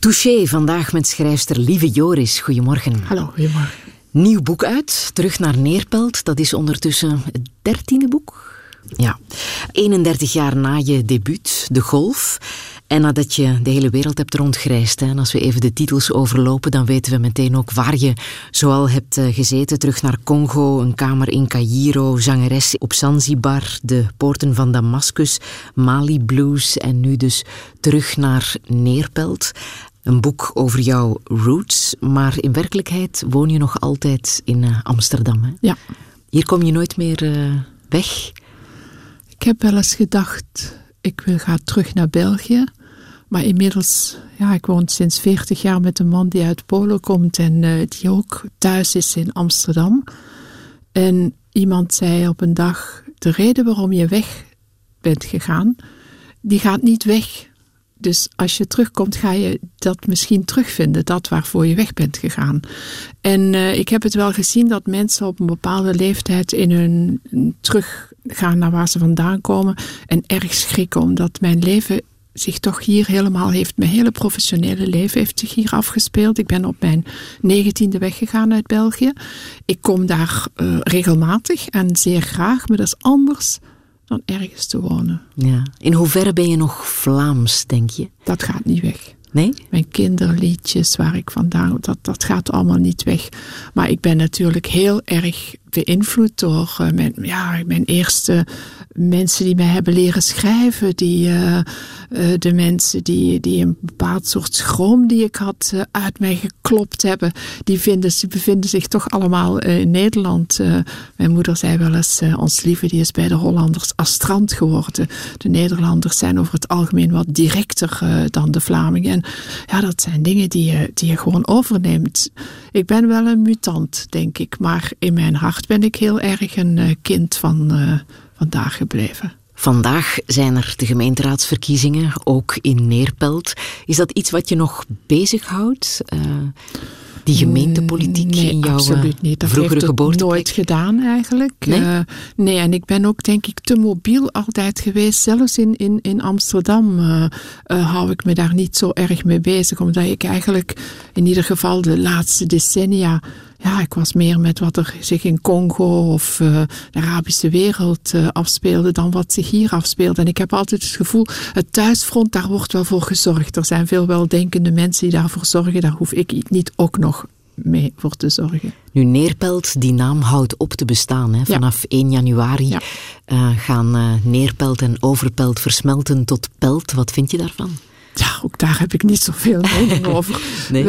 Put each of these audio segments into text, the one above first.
Touché, vandaag met schrijfster Lieve Joris. Goedemorgen. Hallo, goedemorgen. Nieuw boek uit, Terug naar Neerpelt. Dat is ondertussen het 13e boek. Ja, 31 jaar na je debuut, De Golf. En nadat je de hele wereld hebt rondgereisd. En als we even de titels overlopen, dan weten we meteen ook waar je zoal hebt gezeten. Terug naar Congo, een kamer in Caïro, zangeres op Zanzibar, de poorten van Damascus, Mali Blues en nu dus terug naar Neerpelt. Een boek over jouw roots, maar in werkelijkheid woon je nog altijd in Amsterdam. Hè? Ja. Hier kom je nooit meer weg? Ik heb wel eens gedacht, ik ga terug naar België. Maar inmiddels, ik woon sinds 40 jaar met een man die uit Polen komt en die ook thuis is in Amsterdam. En iemand zei op een dag, de reden waarom je weg bent gegaan, die gaat niet weg. Dus als je terugkomt, ga je dat misschien terugvinden, dat waarvoor je weg bent gegaan. En ik heb het wel gezien dat mensen op een bepaalde leeftijd in hun teruggaan naar waar ze vandaan komen en erg schrikken, omdat mijn leven zich toch hier helemaal heeft, mijn hele professionele leven heeft zich hier afgespeeld. Ik ben op mijn 19e weggegaan uit België. Ik kom daar regelmatig en zeer graag, maar dat is anders dan ergens te wonen. Ja. In hoeverre ben je nog Vlaams, denk je? Dat gaat niet weg. Nee? Mijn kinderliedjes waar ik vandaan, dat gaat allemaal niet weg. Maar ik ben natuurlijk heel erg beïnvloed door mijn eerste mensen die mij hebben leren schrijven. De mensen die een bepaald soort schroom die ik had uit mij geklopt hebben. Die bevinden zich toch allemaal in Nederland. Mijn moeder zei wel eens, ons lieve die is bij de Hollanders astrant geworden. De Nederlanders zijn over het algemeen wat directer dan de Vlamingen. En ja, dat zijn dingen die je gewoon overneemt. Ik ben wel een mutant, denk ik. Maar in mijn hart ben ik heel erg een kind van vandaag gebleven. Vandaag zijn er de gemeenteraadsverkiezingen, ook in Neerpelt. Is dat iets wat je nog bezighoudt? Die gemeentepolitiek in jouw absoluut niet. Dat vroegere heeft geboorteplek? Het nooit gedaan eigenlijk. Nee? Nee, en ik ben ook denk ik te mobiel altijd geweest. Zelfs in Amsterdam hou ik me daar niet zo erg mee bezig. Omdat ik eigenlijk in ieder geval de laatste decennia, ik was meer met wat er zich in Congo of de Arabische wereld afspeelde dan wat zich hier afspeelde. En ik heb altijd het gevoel, het thuisfront, daar wordt wel voor gezorgd. Er zijn veel weldenkende mensen die daarvoor zorgen. Daar hoef ik niet ook nog mee voor te zorgen. Nu, Neerpelt, die naam houdt op te bestaan. Hè? Vanaf 1 januari gaan Neerpelt en Overpelt versmelten tot Pelt. Wat vind je daarvan? Ja, ook daar heb ik niet zoveel mening over.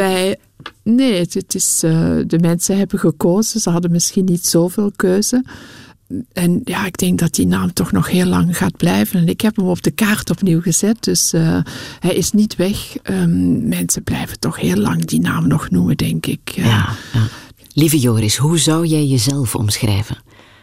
Nee, het is, de mensen hebben gekozen. Ze hadden misschien niet zoveel keuze. En ik denk dat die naam toch nog heel lang gaat blijven. En ik heb hem op de kaart opnieuw gezet. Dus hij is niet weg. Mensen blijven toch heel lang die naam nog noemen, denk ik. Ja. Lieve Joris, hoe zou jij jezelf omschrijven?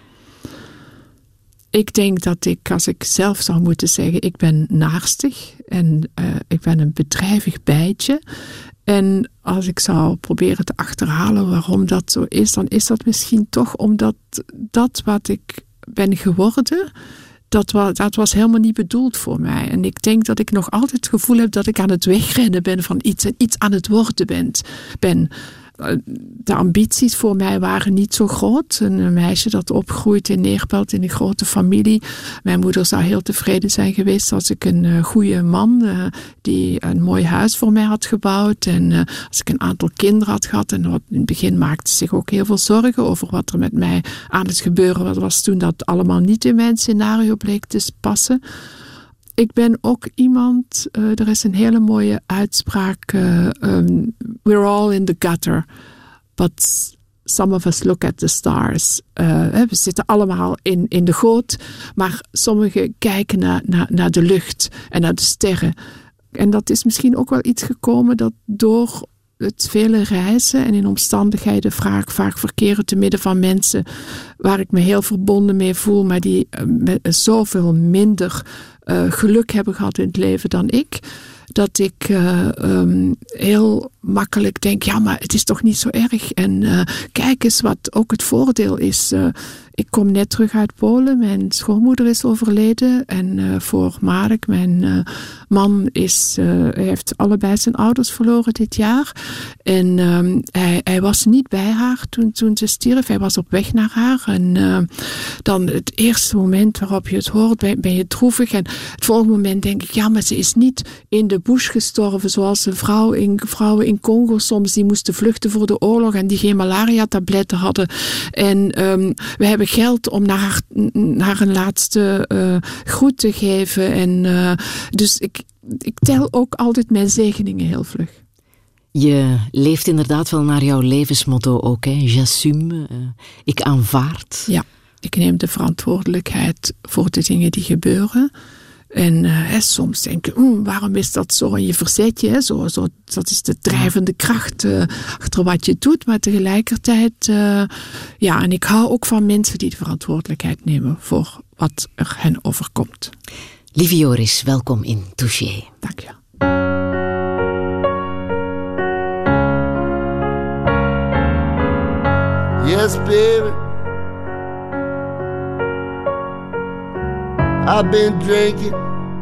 Ik denk dat als ik zelf zou moeten zeggen, ik ben naarstig. En ik ben een bedrijvig bijtje. En als ik zou proberen te achterhalen waarom dat zo is, dan is dat misschien toch omdat dat wat ik ben geworden, dat was helemaal niet bedoeld voor mij. En ik denk dat ik nog altijd het gevoel heb dat ik aan het wegrennen ben van iets en iets aan het worden ben. De ambities voor mij waren niet zo groot. Een meisje dat opgroeit in Neerpelt in een grote familie. Mijn moeder zou heel tevreden zijn geweest als ik een goede man die een mooi huis voor mij had gebouwd. En als ik een aantal kinderen had gehad. En in het begin maakte ze zich ook heel veel zorgen over wat er met mij aan het gebeuren was toen dat allemaal niet in mijn scenario bleek te passen. Ik ben ook iemand, er is een hele mooie uitspraak, we're all in the gutter, but some of us look at the stars. We zitten allemaal in de goot, maar sommigen kijken naar de lucht en naar de sterren. En dat is misschien ook wel iets gekomen dat door het vele reizen en in omstandigheden vaak verkeren te midden van mensen waar ik me heel verbonden mee voel, maar die met zoveel minder geluk hebben gehad in het leven dan ik, dat ik heel makkelijk denk, ja, maar het is toch niet zo erg. En kijk eens wat ook het voordeel is. ik kom net terug uit Polen. Mijn schoonmoeder is overleden. En voor Marek, mijn man, heeft allebei zijn ouders verloren dit jaar. En hij was niet bij haar toen ze stierf. Hij was op weg naar haar. En dan het eerste moment waarop je het hoort, ben je droevig. En het volgende moment denk ik, ja, maar ze is niet in de bush gestorven zoals de vrouwen in Congo soms. Die moesten vluchten voor de oorlog en die geen malaria-tabletten hadden. En we hebben geld om naar een laatste groet te geven. En dus ik tel ook altijd mijn zegeningen heel vlug. Je leeft inderdaad wel naar jouw levensmotto ook, hè? J'assume, ik aanvaard. Ja, ik neem de verantwoordelijkheid voor de dingen die gebeuren. En soms denk je, waarom is dat zo? En je verzet je, dat is de drijvende kracht achter wat je doet. Maar tegelijkertijd, en ik hou ook van mensen die de verantwoordelijkheid nemen voor wat er hen overkomt. Lieve Joris, welkom in Touché. Dank je. Yes, baby, I've been drinking.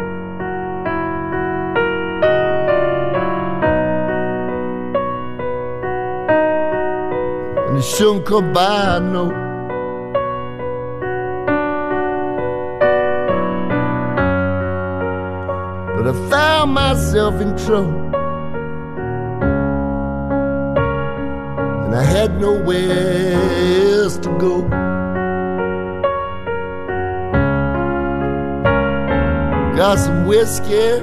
And it shouldn't come by, no. But I found myself in trouble, and I had nowhere else to go. Got some whiskey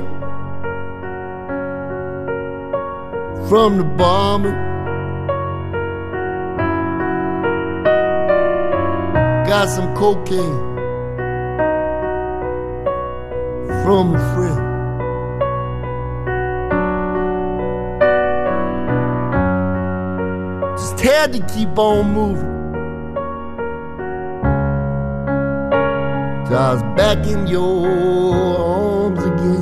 from the barman. Got some cocaine from a friend. Just had to keep on moving till I was back in your arms again.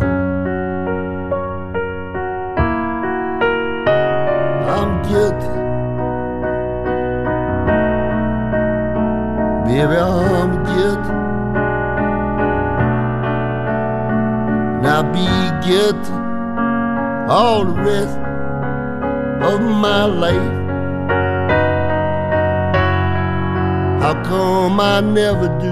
I'm guilty, baby, I'm guilty, and I'll be guilty all the rest of my life. How come I never do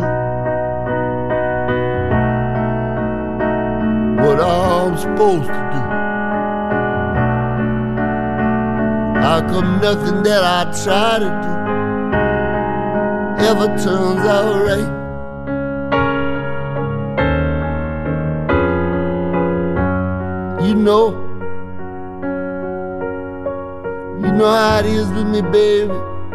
what I'm supposed to do? How come nothing that I try to do ever turns out right? You know how it is with me, baby.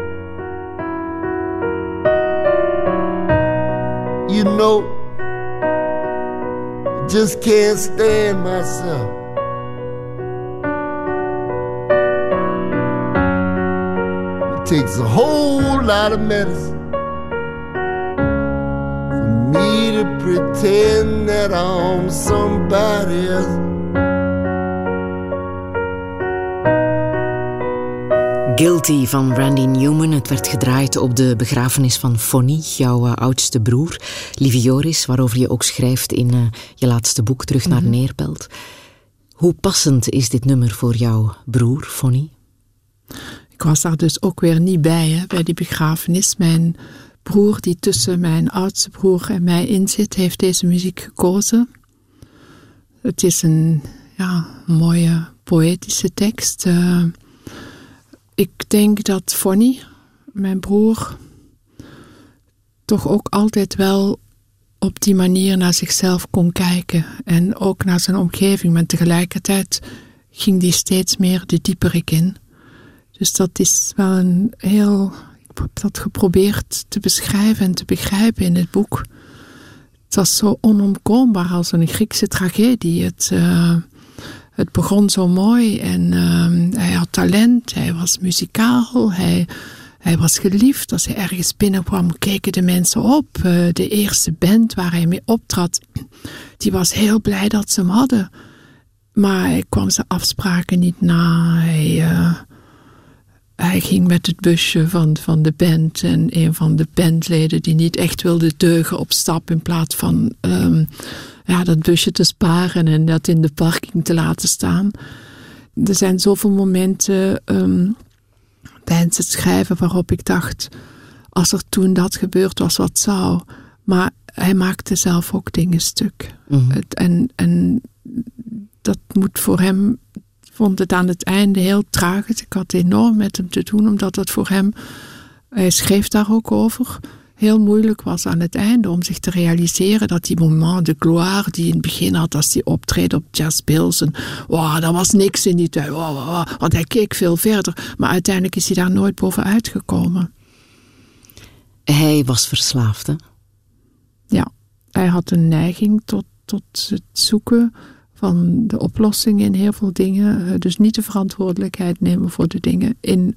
You know, just can't stand myself. It takes a whole lot of medicine for me to pretend that I'm somebody else. Guilty van Randy Newman. Het werd gedraaid op de begrafenis van Fonny, jouw oudste broer. Lieve Joris, waarover je ook schrijft in je laatste boek, Terug naar Neerpelt. Hoe passend is dit nummer voor jouw broer, Fonny? Ik was daar dus ook weer niet bij die begrafenis. Mijn broer, die tussen mijn oudste broer en mij in zit, heeft deze muziek gekozen. Het is een mooie poëtische tekst. Ik denk dat Fonny, mijn broer, toch ook altijd wel op die manier naar zichzelf kon kijken. En ook naar zijn omgeving. Maar tegelijkertijd ging die steeds meer de dieperik in. Dus dat is wel een heel... Ik heb dat geprobeerd te beschrijven en te begrijpen in het boek. Het was zo onomkoombaar als een Griekse tragedie. Het begon zo mooi en hij had talent, hij was muzikaal, hij was geliefd. Als hij ergens binnenkwam, keken de mensen op. De eerste band waar hij mee optrad, die was heel blij dat ze hem hadden. Maar hij kwam zijn afspraken niet na. Hij ging met het busje van de band en een van de bandleden die niet echt wilde deugen op stap in plaats van dat busje te sparen en dat in de parking te laten staan. Er zijn zoveel momenten tijdens het schrijven waarop ik dacht, als er toen dat gebeurd was, wat zou? Maar hij maakte zelf ook dingen stuk. Mm-hmm. En dat moet voor hem, vond het aan het einde heel tragisch. Ik had enorm met hem te doen, omdat dat voor hem, hij schreef daar ook over, heel moeilijk was aan het einde om zich te realiseren dat die moment de gloire die in het begin had als hij optreedt op Jazz Bills, en dat was niks in die tijd, want hij keek veel verder, maar uiteindelijk is hij daar nooit bovenuit gekomen. Hij was verslaafd, hè? Ja, hij had een neiging tot het zoeken van de oplossing in heel veel dingen, dus niet de verantwoordelijkheid nemen voor de dingen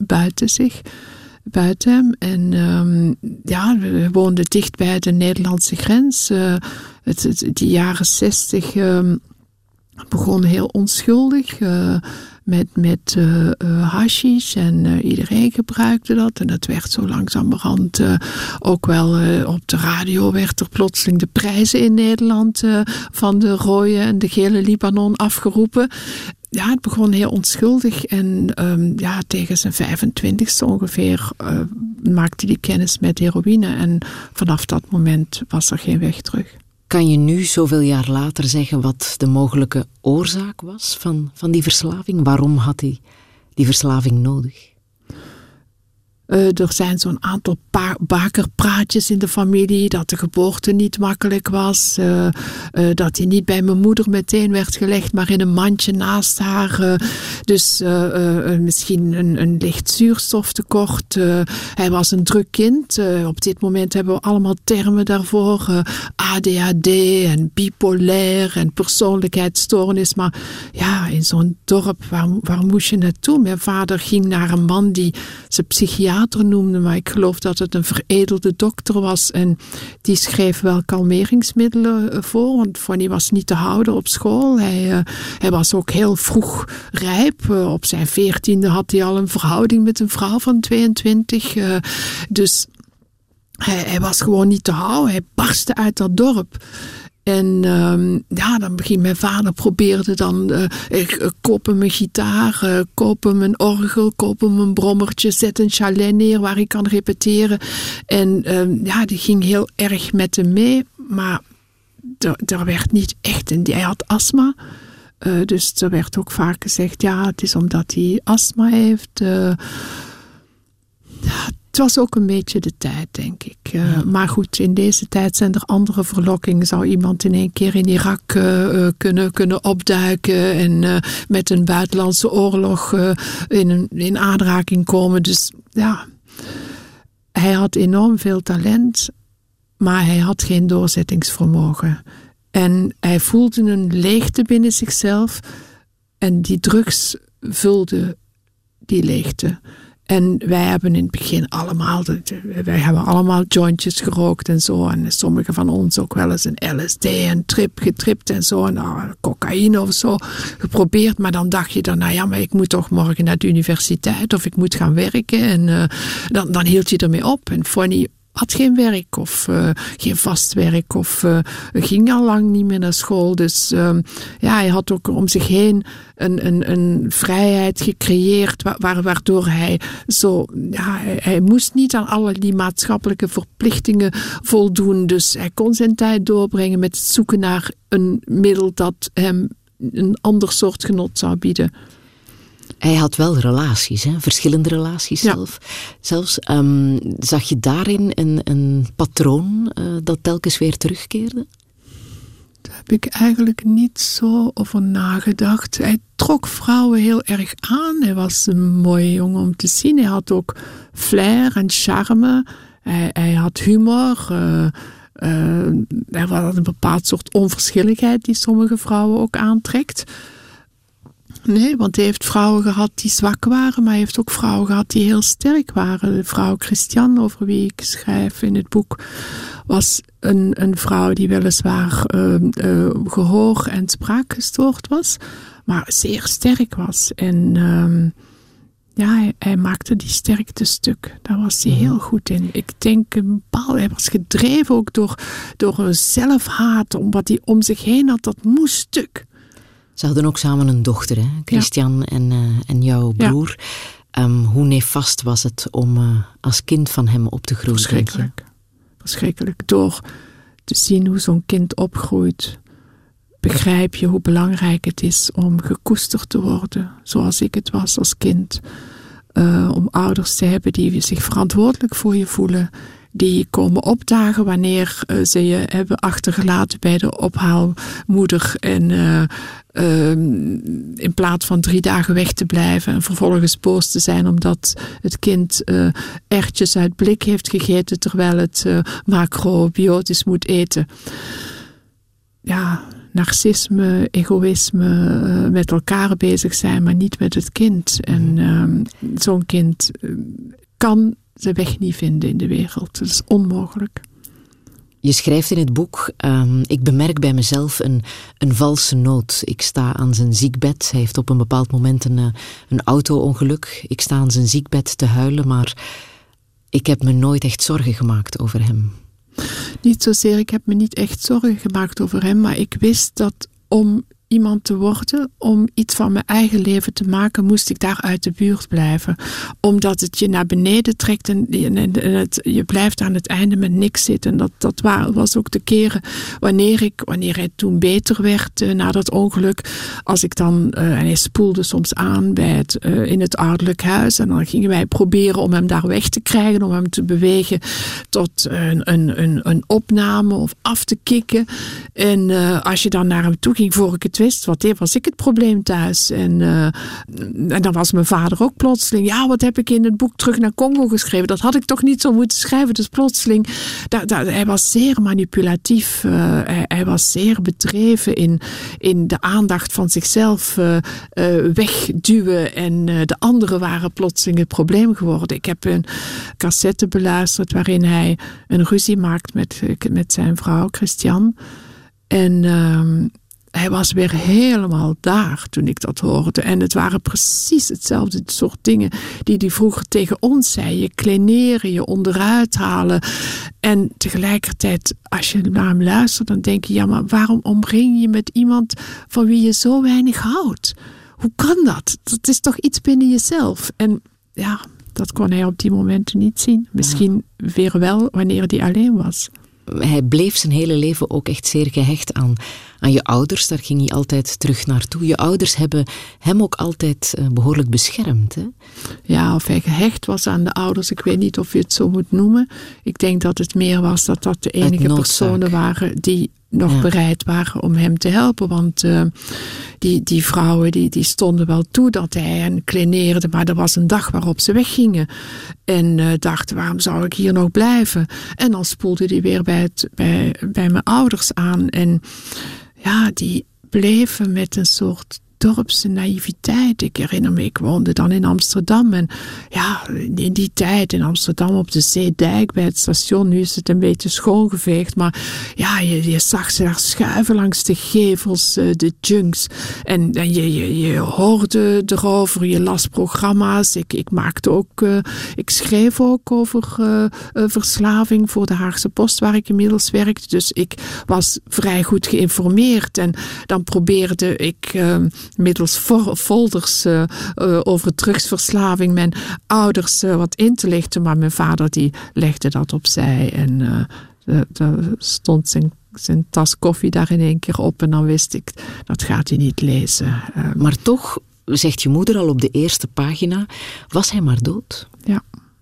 buiten hem. En we woonden dicht bij de Nederlandse grens. Die jaren 60 begon heel onschuldig met hashish en iedereen gebruikte dat. En dat werd zo langzamerhand ook wel op de radio werd er plotseling de prijzen in Nederland van de rode en de gele Libanon afgeroepen. Ja, het begon heel onschuldig en tegen zijn 25ste ongeveer maakte hij kennis met heroïne en vanaf dat moment was er geen weg terug. Kan je nu, zoveel jaar later, zeggen wat de mogelijke oorzaak was van die verslaving? Waarom had hij die verslaving nodig? Er zijn zo'n aantal bakerpraatjes in de familie, dat de geboorte niet makkelijk was, dat hij niet bij mijn moeder meteen werd gelegd, maar in een mandje naast haar. Misschien een licht zuurstoftekort. Hij was een druk kind. Op dit moment hebben we allemaal termen daarvoor. ADHD en bipolair en persoonlijkheidsstoornis. Maar ja, in zo'n dorp, waar moest je naartoe? Mijn vader ging naar een man die zijn psychiater noemde, maar ik geloof dat het een veredelde dokter was en die schreef wel kalmeringsmiddelen voor, want Fonny was niet te houden op school. Hij was ook heel vroeg rijp. Op zijn 14e had hij al een verhouding met een vrouw van 22. Dus hij was gewoon niet te houden. Hij barstte uit dat dorp. En dan begint mijn vader probeerde dan, koop hem een gitaar, koop hem een orgel, koop hem een brommertje, zet een chalet neer waar hij kan repeteren. En die ging heel erg met hem mee, maar er werd niet echt, en hij had astma. Dus er werd ook vaak gezegd, ja, het is omdat hij astma heeft. Het was ook een beetje de tijd, denk ik. Maar goed, in deze tijd zijn er andere verlokkingen. Zou iemand in één keer in Irak kunnen opduiken en met een buitenlandse oorlog in aanraking komen. Dus ja, hij had enorm veel talent, maar hij had geen doorzettingsvermogen. En hij voelde een leegte binnen zichzelf en die drugs vulden die leegte. En wij hebben in het begin allemaal jointjes gerookt en zo. En sommigen van ons ook wel eens een LSD en getript en zo. En cocaïne of zo geprobeerd. Maar dan dacht je dan, maar ik moet toch morgen naar de universiteit of ik moet gaan werken. En dan hield je ermee op. En Fonny had geen werk of geen vast werk of ging al lang niet meer naar school. Dus hij had ook om zich heen een vrijheid gecreëerd waardoor hij zo, hij moest niet aan alle die maatschappelijke verplichtingen voldoen. Dus hij kon zijn tijd doorbrengen met het zoeken naar een middel dat hem een ander soort genot zou bieden. Hij had wel relaties, hè? Verschillende relaties zelf. Ja. Zelfs. Zag je daarin een patroon dat telkens weer terugkeerde? Daar heb ik eigenlijk niet zo over nagedacht. Hij trok vrouwen heel erg aan. Hij was een mooie jongen om te zien. Hij had ook flair en charme. Hij had humor. Er was een bepaald soort onverschilligheid die sommige vrouwen ook aantrekt. Nee, want hij heeft vrouwen gehad die zwak waren, maar hij heeft ook vrouwen gehad die heel sterk waren. De vrouw Christiane, over wie ik schrijf in het boek, was een vrouw die weliswaar gehoor- en spraakgestoord was, maar zeer sterk was. En hij maakte die sterkte stuk. Daar was hij heel goed in. Ik denk, hij was gedreven ook door een zelfhaat. Om wat hij om zich heen had, dat moest stuk. Ze hadden ook samen een dochter, hè? Christian en jouw broer. Ja. Hoe nefast was het om als kind van hem op te groeien? Verschrikkelijk. Door te zien hoe zo'n kind opgroeit, begrijp je hoe belangrijk het is om gekoesterd te worden, zoals ik het was als kind. Om ouders te hebben die zich verantwoordelijk voor je voelen, die komen opdagen wanneer ze je hebben achtergelaten bij de ophaalmoeder en in plaats van 3 dagen weg te blijven en vervolgens boos te zijn omdat het kind erwtjes uit blik heeft gegeten terwijl het macrobiotisch moet eten. Ja, narcisme, egoïsme, met elkaar bezig zijn, maar niet met het kind. En zo'n kind kan zijn weg niet vinden in de wereld. Dat is onmogelijk. Je schrijft in het boek, ik bemerk bij mezelf een valse nood. Ik sta aan zijn ziekbed. Hij heeft op een bepaald moment een auto-ongeluk. Ik sta aan zijn ziekbed te huilen, maar ik heb me nooit echt zorgen gemaakt over hem. Niet zozeer, ik heb me niet echt zorgen gemaakt over hem, maar ik wist dat om iemand te worden, om iets van mijn eigen leven te maken, moest ik daar uit de buurt blijven. Omdat het je naar beneden trekt en je blijft aan het einde met niks zitten. Dat was ook de keren wanneer hij toen beter werd na dat ongeluk. Als ik dan, en hij spoelde soms aan in het ouderlijk huis en dan gingen wij proberen om hem daar weg te krijgen, om hem te bewegen tot een opname of af te kicken. En als je dan naar hem toe ging voor ik het wist, was ik het probleem thuis. En dan was mijn vader ook plotseling, ja, wat heb ik in het boek Terug naar Congo geschreven? Dat had ik toch niet zo moeten schrijven. Dus plotseling, hij was zeer manipulatief. Hij was zeer bedreven in de aandacht van zichzelf wegduwen. En de anderen waren plotseling het probleem geworden. Ik heb een cassette beluisterd waarin hij een ruzie maakt met zijn vrouw, Christian. En hij was weer helemaal daar toen ik dat hoorde. En het waren precies hetzelfde soort dingen die hij vroeger tegen ons zei. Je kleneren, je onderuit halen. En tegelijkertijd, als je naar hem luistert, dan denk je, ja, maar waarom omring je met iemand van wie je zo weinig houdt? Hoe kan dat? Dat is toch iets binnen jezelf? En ja, dat kon hij op die momenten niet zien. Misschien weer wel wanneer hij alleen was. Hij bleef zijn hele leven ook echt zeer gehecht aan je ouders. Daar ging hij altijd terug naartoe. Je ouders hebben hem ook altijd behoorlijk beschermd, hè? Ja, of hij gehecht was aan de ouders. Ik weet niet of je het zo moet noemen. Ik denk dat het meer was dat de enige personen waren die nog bereid waren om hem te helpen. Want die vrouwen die stonden wel toe dat hij hen kleineerde. Maar er was een dag waarop ze weggingen. En dachten, waarom zou ik hier nog blijven? En dan spoelde hij weer bij mijn ouders aan. En ja, die bleven met een soort dorpse naïviteit. Ik herinner me, ik woonde dan in Amsterdam. En ja, in die tijd in Amsterdam op de Zeedijk bij het station. Nu is het een beetje schoongeveegd. Maar ja, je zag ze daar schuiven langs de gevels, de junks. En je hoorde erover, je las programma's. Ik schreef ook over verslaving voor de Haagse Post, waar ik inmiddels werkte. Dus ik was vrij goed geïnformeerd. En dan probeerde ik middels folders over drugsverslaving mijn ouders wat in te lichten. Maar mijn vader die legde dat opzij en er stond zijn tas koffie daar in één keer op. En dan wist ik, dat gaat hij niet lezen. Maar toch, zegt je moeder al op de eerste pagina, was hij maar dood? Ja.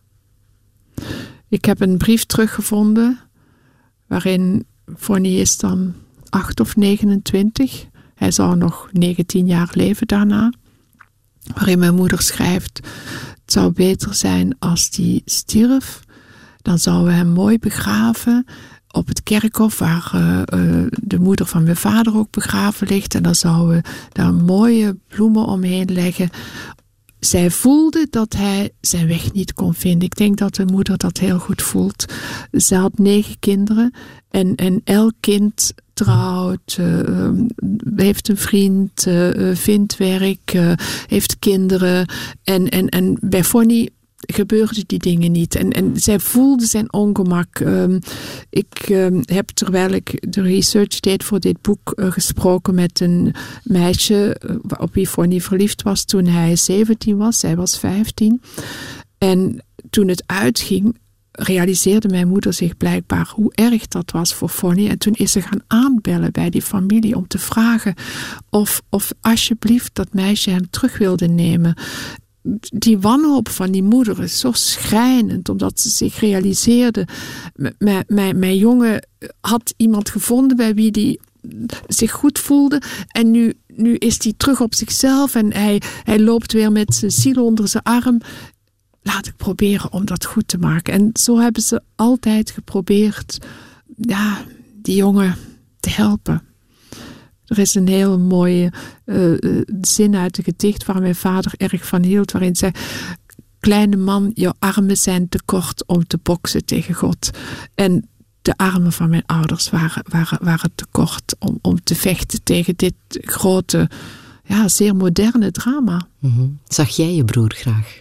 Ik heb een brief teruggevonden waarin Fonny is dan 8 of 29. Hij zou nog 19 jaar leven daarna. Waarin mijn moeder schrijft, het zou beter zijn als hij stierf. Dan zouden we hem mooi begraven op het kerkhof waar de moeder van mijn vader ook begraven ligt. En dan zouden we daar mooie bloemen omheen leggen. Zij voelde dat hij zijn weg niet kon vinden. Ik denk dat de moeder dat heel goed voelt. Ze had 9 kinderen en elk kind getrouwd, heeft een vriend, vindt werk, heeft kinderen. En bij Fonny gebeurden die dingen niet. En zij voelde zijn ongemak. Ik heb, terwijl ik de research deed voor dit boek, gesproken met een meisje op wie Fonny verliefd was toen hij 17 was. Zij was 15. En toen het uitging, realiseerde mijn moeder zich blijkbaar hoe erg dat was voor Fonny. En toen is ze gaan aanbellen bij die familie om te vragen of alsjeblieft dat meisje hem terug wilde nemen. Die wanhoop van die moeder is zo schrijnend, omdat ze zich realiseerde, mijn jongen had iemand gevonden bij wie die zich goed voelde en nu is hij terug op zichzelf en hij loopt weer met zijn ziel onder zijn arm. Laat ik proberen om dat goed te maken. En zo hebben ze altijd geprobeerd die jongen te helpen. Er is een heel mooie zin uit een gedicht waar mijn vader erg van hield, waarin zei: kleine man, jouw armen zijn te kort om te boksen tegen God. En de armen van mijn ouders waren te kort om te vechten tegen dit grote, zeer moderne drama. Mm-hmm. Zag jij je broer graag?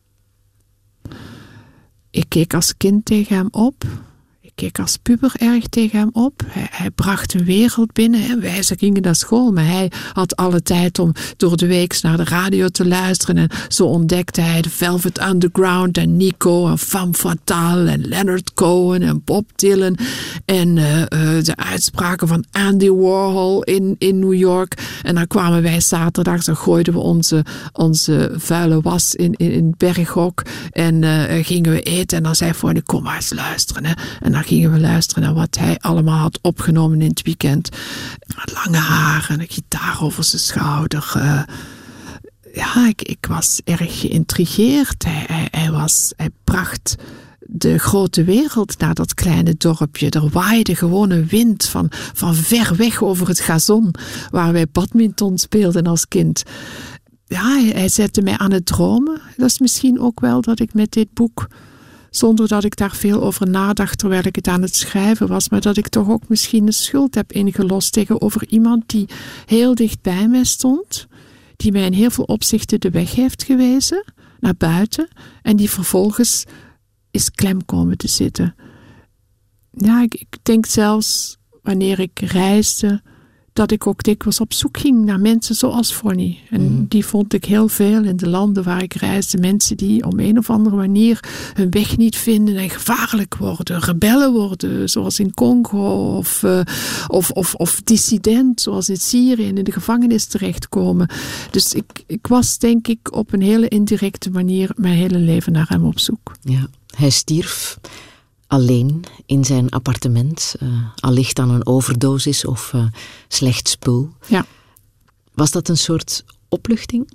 Ik keek als kind tegen hem op. Ik keek als puber erg tegen hem op. Hij bracht een wereld binnen. En wij gingen naar school, maar hij had alle tijd om door de week naar de radio te luisteren. En zo ontdekte hij de Velvet Underground en Nico en Femme Fatale en Leonard Cohen en Bob Dylan. En de uitspraken van Andy Warhol in New York. En dan kwamen wij zaterdags, dan gooiden we onze vuile was in het berghok. En gingen we eten. En dan zei Fonny, kom maar eens luisteren. Hè. En dan gingen we luisteren naar wat hij allemaal had opgenomen in het weekend. Lange haar en een gitaar over zijn schouder. Ik was erg geïntrigeerd. Hij bracht de grote wereld naar dat kleine dorpje. Er waaide gewoon een wind van ver weg over het gazon, waar wij badminton speelden als kind. Hij zette mij aan het dromen. Dat is misschien ook wel dat ik met dit boek, zonder dat ik daar veel over nadacht terwijl ik het aan het schrijven was, maar dat ik toch ook misschien een schuld heb ingelost tegenover iemand die heel dicht bij mij stond, die mij in heel veel opzichten de weg heeft gewezen naar buiten en die vervolgens is klem komen te zitten. Ik denk zelfs wanneer ik reisde, dat ik ook dikwijls op zoek ging naar mensen zoals Fonny. En die vond ik heel veel in de landen waar ik reisde. Mensen die op een of andere manier hun weg niet vinden en gevaarlijk worden, rebellen worden, zoals in Congo, of dissident, zoals in Syrië en in de gevangenis terechtkomen. Dus ik was denk ik op een hele indirecte manier mijn hele leven naar hem op zoek. Ja, hij stierf alleen in zijn appartement, allicht aan een overdosis of slecht spul. Ja. Was dat een soort opluchting?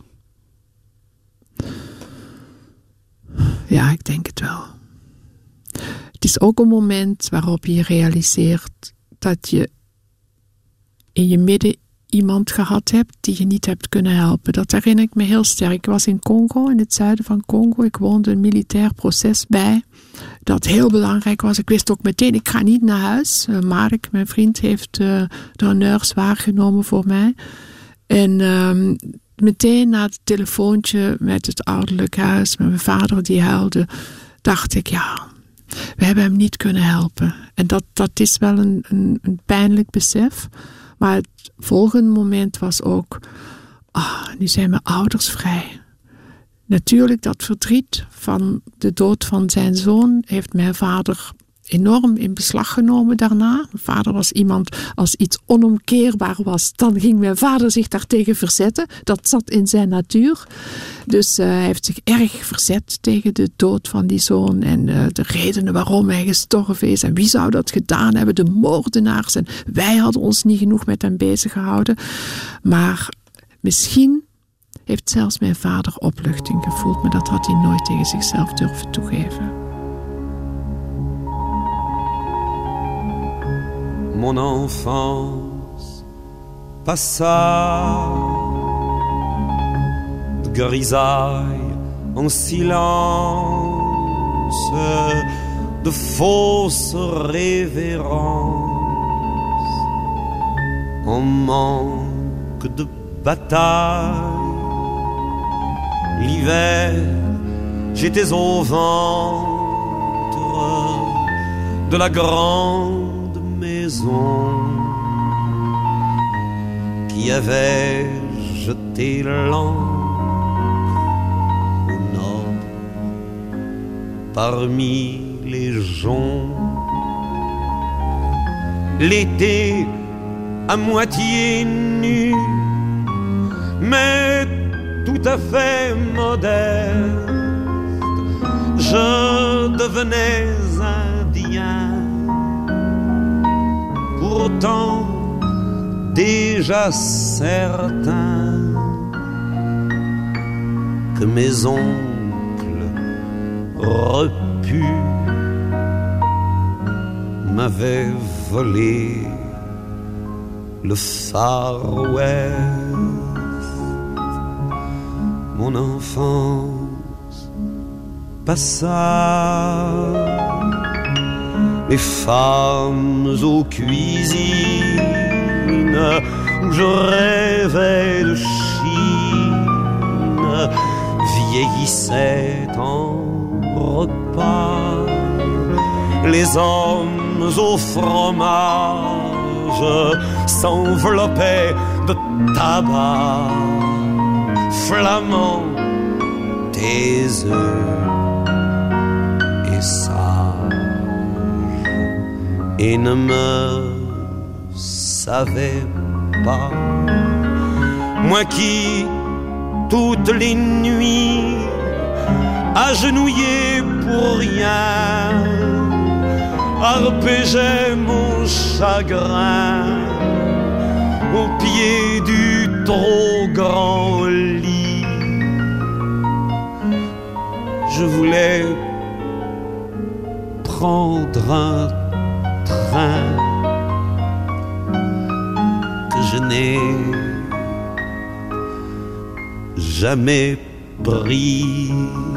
Ja, ik denk het wel. Het is ook een moment waarop je realiseert dat je in je midden iemand gehad hebt die je niet hebt kunnen helpen. Dat herinner ik me heel sterk. Ik was in Congo, in het zuiden van Congo. Ik woonde een militair proces bij, dat heel belangrijk was. Ik wist ook meteen, ik ga niet naar huis. Mark, mijn vriend, heeft de honneurs waargenomen voor mij. En meteen na het telefoontje met het ouderlijk huis, met mijn vader die huilde, dacht ik, we hebben hem niet kunnen helpen. En dat is wel een pijnlijk besef. Maar het volgende moment was ook, nu zijn mijn ouders vrij. Natuurlijk, dat verdriet van de dood van zijn zoon heeft mijn vader enorm in beslag genomen daarna. Mijn vader was iemand, als iets onomkeerbaar was, dan ging mijn vader zich daartegen verzetten. Dat zat in zijn natuur. Dus hij heeft zich erg verzet tegen de dood van die zoon en de redenen waarom hij gestorven is en wie zou dat gedaan hebben, de moordenaars. En wij hadden ons niet genoeg met hem bezig gehouden. Maar misschien heeft zelfs mijn vader opluchting gevoeld, maar dat had hij nooit tegen zichzelf durven toegeven. Mon enfance passa de grisaille en silence, de fausse révérence en manque de bataille. L'hiver, j'étais au ventre de la grande maison qui avait jeté l'encre au nord parmi les joncs. L'été à moitié nu, mais tout à fait modeste, je devenais indien. Pourtant déjà certain que mes oncles repus m'avaient volé le Far West. Mon enfance passa, les femmes aux cuisines où je rêvais de Chine vieillissaient en repas. Les hommes au fromage s'enveloppaient de tabac flamand, tes œufs et sage, et ne me savais pas, moi qui toutes les nuits agenouillé pour rien arpégeais mon chagrin au pied du trop grand lit. Je voulais prendre un train que je n'ai jamais pris.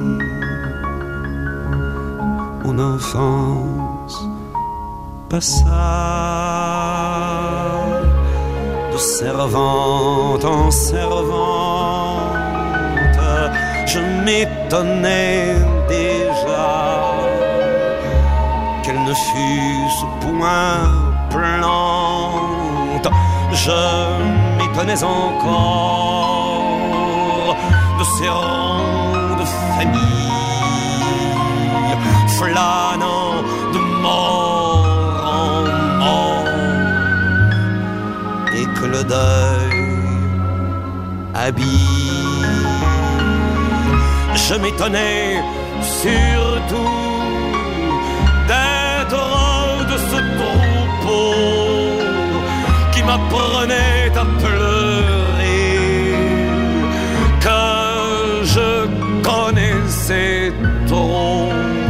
Mon enfance passa de servante en servante. Je m'étonnais déjà qu'elle ne fût point plante. Je m'étonnais encore de ces rangs de famille flânant de mort en mort, et que le deuil habille. Je m'étonnais surtout d'être de ce troupeau qui m'apprenait à pleurer, que je connaissais trop.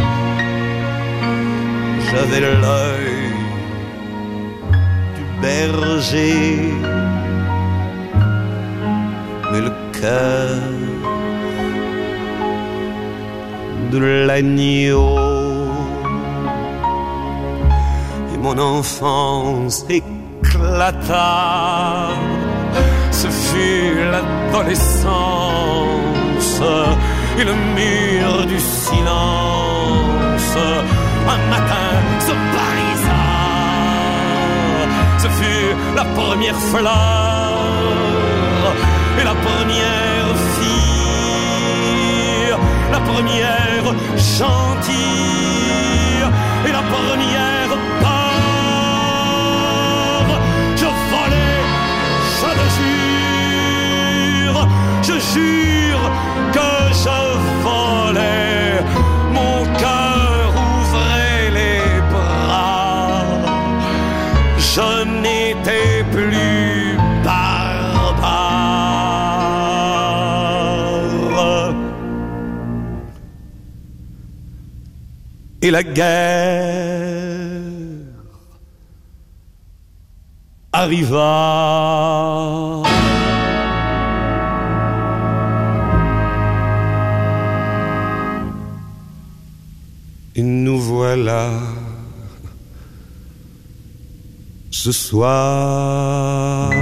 J'avais l'œil du berger, mais le cœur de l'agneau. Et mon enfance éclata, ce fut l'adolescence et le mur du silence. Un matin se barisa, ce fut la première fleur et la première fille, la première gentille et la première part. Je volais, je jure que je volais, mon cœur ouvrait les bras, je n'étais plus barbare. Et la guerre arriva. Et nous voilà ce soir.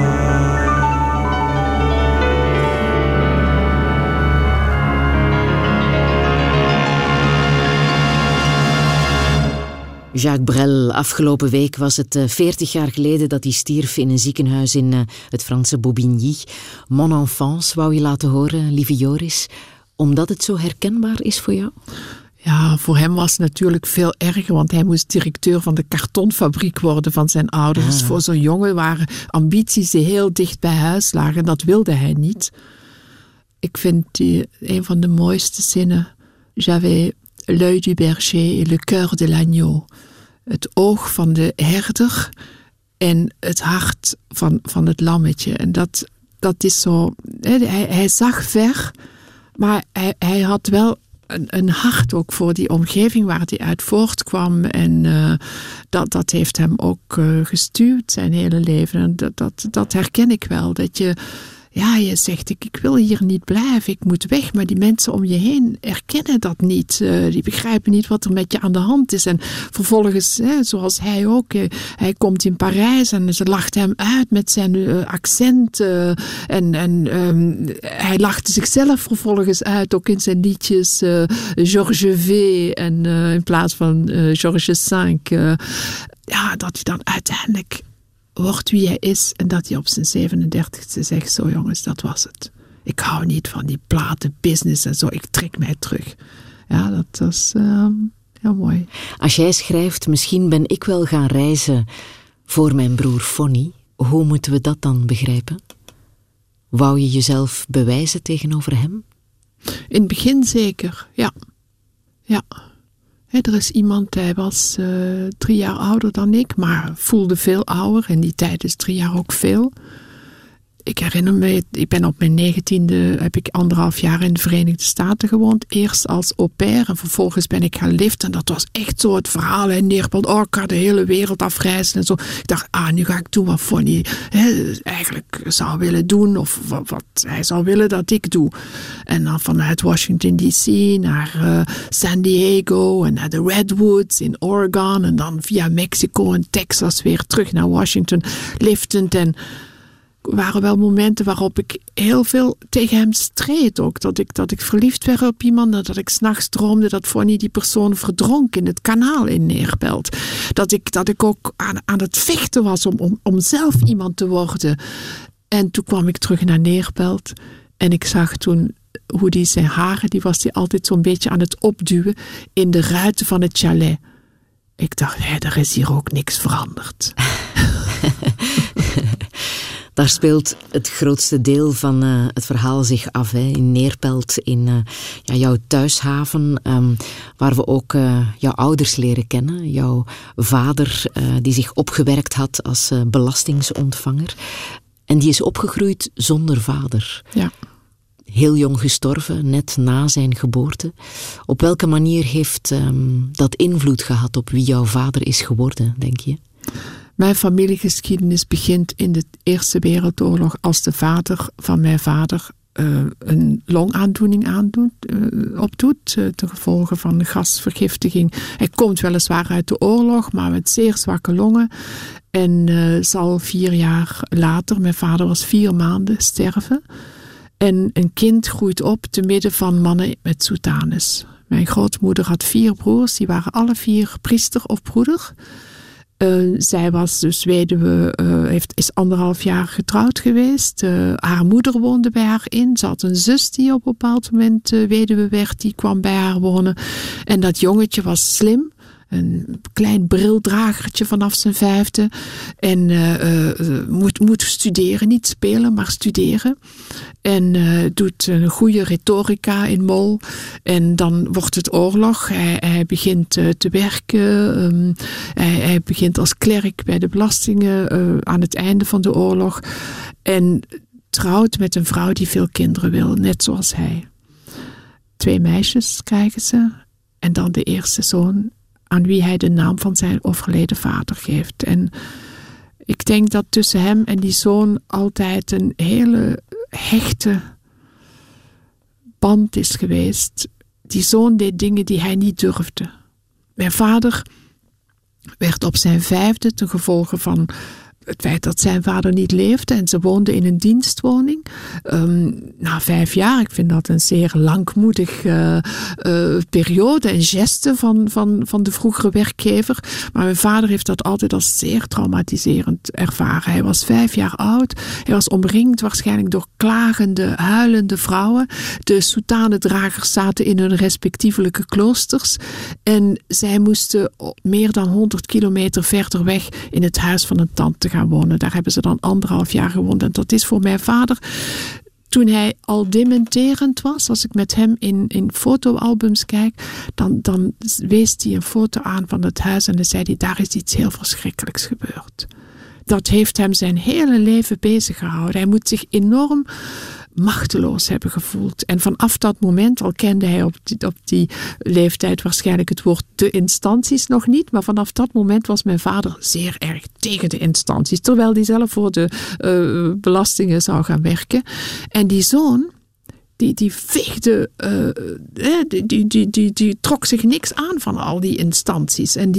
Jacques Brel, afgelopen week was het 40 jaar geleden dat hij stierf in een ziekenhuis in het Franse Bobigny. Mon enfance wou je laten horen, lieve Joris, omdat het zo herkenbaar is voor jou? Ja, voor hem was het natuurlijk veel erger, want hij moest directeur van de kartonfabriek worden van zijn ouders. Voor zo'n jongen waren ambities die heel dicht bij huis lagen, dat wilde hij niet. Ik vind een van de mooiste zinnen. J'avais l'œil du berger et le cœur de l'agneau. Het oog van de herder en het hart van het lammetje. En dat is zo... Hij zag ver, maar hij had wel een hart ook voor die omgeving waar hij uit voortkwam. En dat heeft hem ook gestuurd zijn hele leven. En dat herken ik wel. Dat je zegt, ik wil hier niet blijven, ik moet weg. Maar die mensen om je heen erkennen dat niet. Die begrijpen niet wat er met je aan de hand is. En vervolgens, zoals hij ook, hij komt in Parijs en ze lacht hem uit met zijn accent. Hij lachte zichzelf vervolgens uit, ook in zijn liedjes. Georges V. en in plaats van Georges V. Dat hij dan uiteindelijk wordt wie hij is en dat hij op zijn 37e zegt, zo jongens, dat was het. Ik hou niet van die platenbusiness en zo, ik trek mij terug. Ja, dat was heel mooi. Als jij schrijft, misschien ben ik wel gaan reizen voor mijn broer Fonny, hoe moeten we dat dan begrijpen? Wou je jezelf bewijzen tegenover hem? In het begin zeker, ja. Ja. Er is iemand, hij was 3 jaar ouder dan ik, maar voelde veel ouder. In die tijd is 3 jaar ook veel. Ik herinner me, ik ben op mijn 19e, heb ik 1,5 jaar in de Verenigde Staten gewoond. Eerst als au pair en vervolgens ben ik gaan liften. En dat was echt zo het verhaal in Neerpelt. Oh, ik ga de hele wereld afreizen en zo. Ik dacht, nu ga ik doen wat Fonny eigenlijk zou willen doen. Of wat hij zou willen dat ik doe. En dan vanuit Washington D.C. naar San Diego en naar de Redwoods in Oregon. En dan via Mexico en Texas weer terug naar Washington. Liftend en... Er waren wel momenten waarop ik heel veel tegen hem streed ook. Dat ik verliefd werd op iemand. Dat ik 's nachts droomde dat Fonny die persoon verdronk in het kanaal in Neerpelt. Dat ik ook aan het vechten was om zelf iemand te worden. En toen kwam ik terug naar Neerpelt. En ik zag toen hoe die zijn haren, die was die altijd zo'n beetje aan het opduwen in de ruiten van het chalet. Ik dacht, er is hier ook niks veranderd. Daar speelt het grootste deel van het verhaal zich af, in Neerpelt, in jouw thuishaven, waar we ook jouw ouders leren kennen. Jouw vader, die zich opgewerkt had als belastingsontvanger. En die is opgegroeid zonder vader. Ja. Heel jong gestorven, net na zijn geboorte. Op welke manier heeft dat invloed gehad op wie jouw vader is geworden, denk je? Mijn familiegeschiedenis begint in de Eerste Wereldoorlog als de vader van mijn vader een longaandoening opdoet, ten gevolge van de gasvergiftiging. Hij komt weliswaar uit de oorlog, maar met zeer zwakke longen. En zal 4 jaar later, mijn vader was 4 maanden, sterven. En een kind groeit op te midden van mannen met soutanes. Mijn grootmoeder had 4 broers, die waren alle 4 priester of broeder. Zij was dus weduwe, is 1,5 jaar getrouwd geweest. Haar moeder woonde bij haar in. Ze had een zus die op een bepaald moment weduwe werd. Die kwam bij haar wonen. En dat jongetje was slim. Een klein brildragertje vanaf zijn 5e. En moet studeren. Niet spelen, maar studeren. En doet een goede retorica in Mol. En dan wordt het oorlog. Hij begint te werken. Hij begint als klerk bij de belastingen aan het einde van de oorlog. En trouwt met een vrouw die veel kinderen wil. Net zoals hij. 2 meisjes krijgen ze. En dan de eerste zoon, aan wie hij de naam van zijn overleden vader geeft. En ik denk dat tussen hem en die zoon altijd een hele hechte band is geweest. Die zoon deed dingen die hij niet durfde. Mijn vader werd op zijn 5e ten gevolge van het feit dat zijn vader niet leefde en ze woonde in een dienstwoning. Na 5 jaar, ik vind dat een zeer langmoedig periode en geste van de vroegere werkgever. Maar mijn vader heeft dat altijd als zeer traumatiserend ervaren. Hij was 5 jaar oud. Hij was omringd waarschijnlijk door klagende, huilende vrouwen. De soutanedragers zaten in hun respectievelijke kloosters. En zij moesten meer dan 100 kilometer verder weg in het huis van een tante gaan wonen. Daar hebben ze dan 1,5 jaar gewoond. En dat is voor mijn vader, toen hij al dementerend was, als ik met hem in fotoalbums kijk, dan wees hij een foto aan van het huis en dan zei hij, daar is iets heel verschrikkelijks gebeurd. Dat heeft hem zijn hele leven bezig gehouden. Hij moet zich enorm machteloos hebben gevoeld. En vanaf dat moment, al kende hij op die leeftijd waarschijnlijk het woord de instanties nog niet, maar vanaf dat moment was mijn vader zeer erg tegen de instanties, terwijl hij zelf voor de belastingen zou gaan werken. En die zoon, die veegde, die trok zich niks aan van al die instanties. En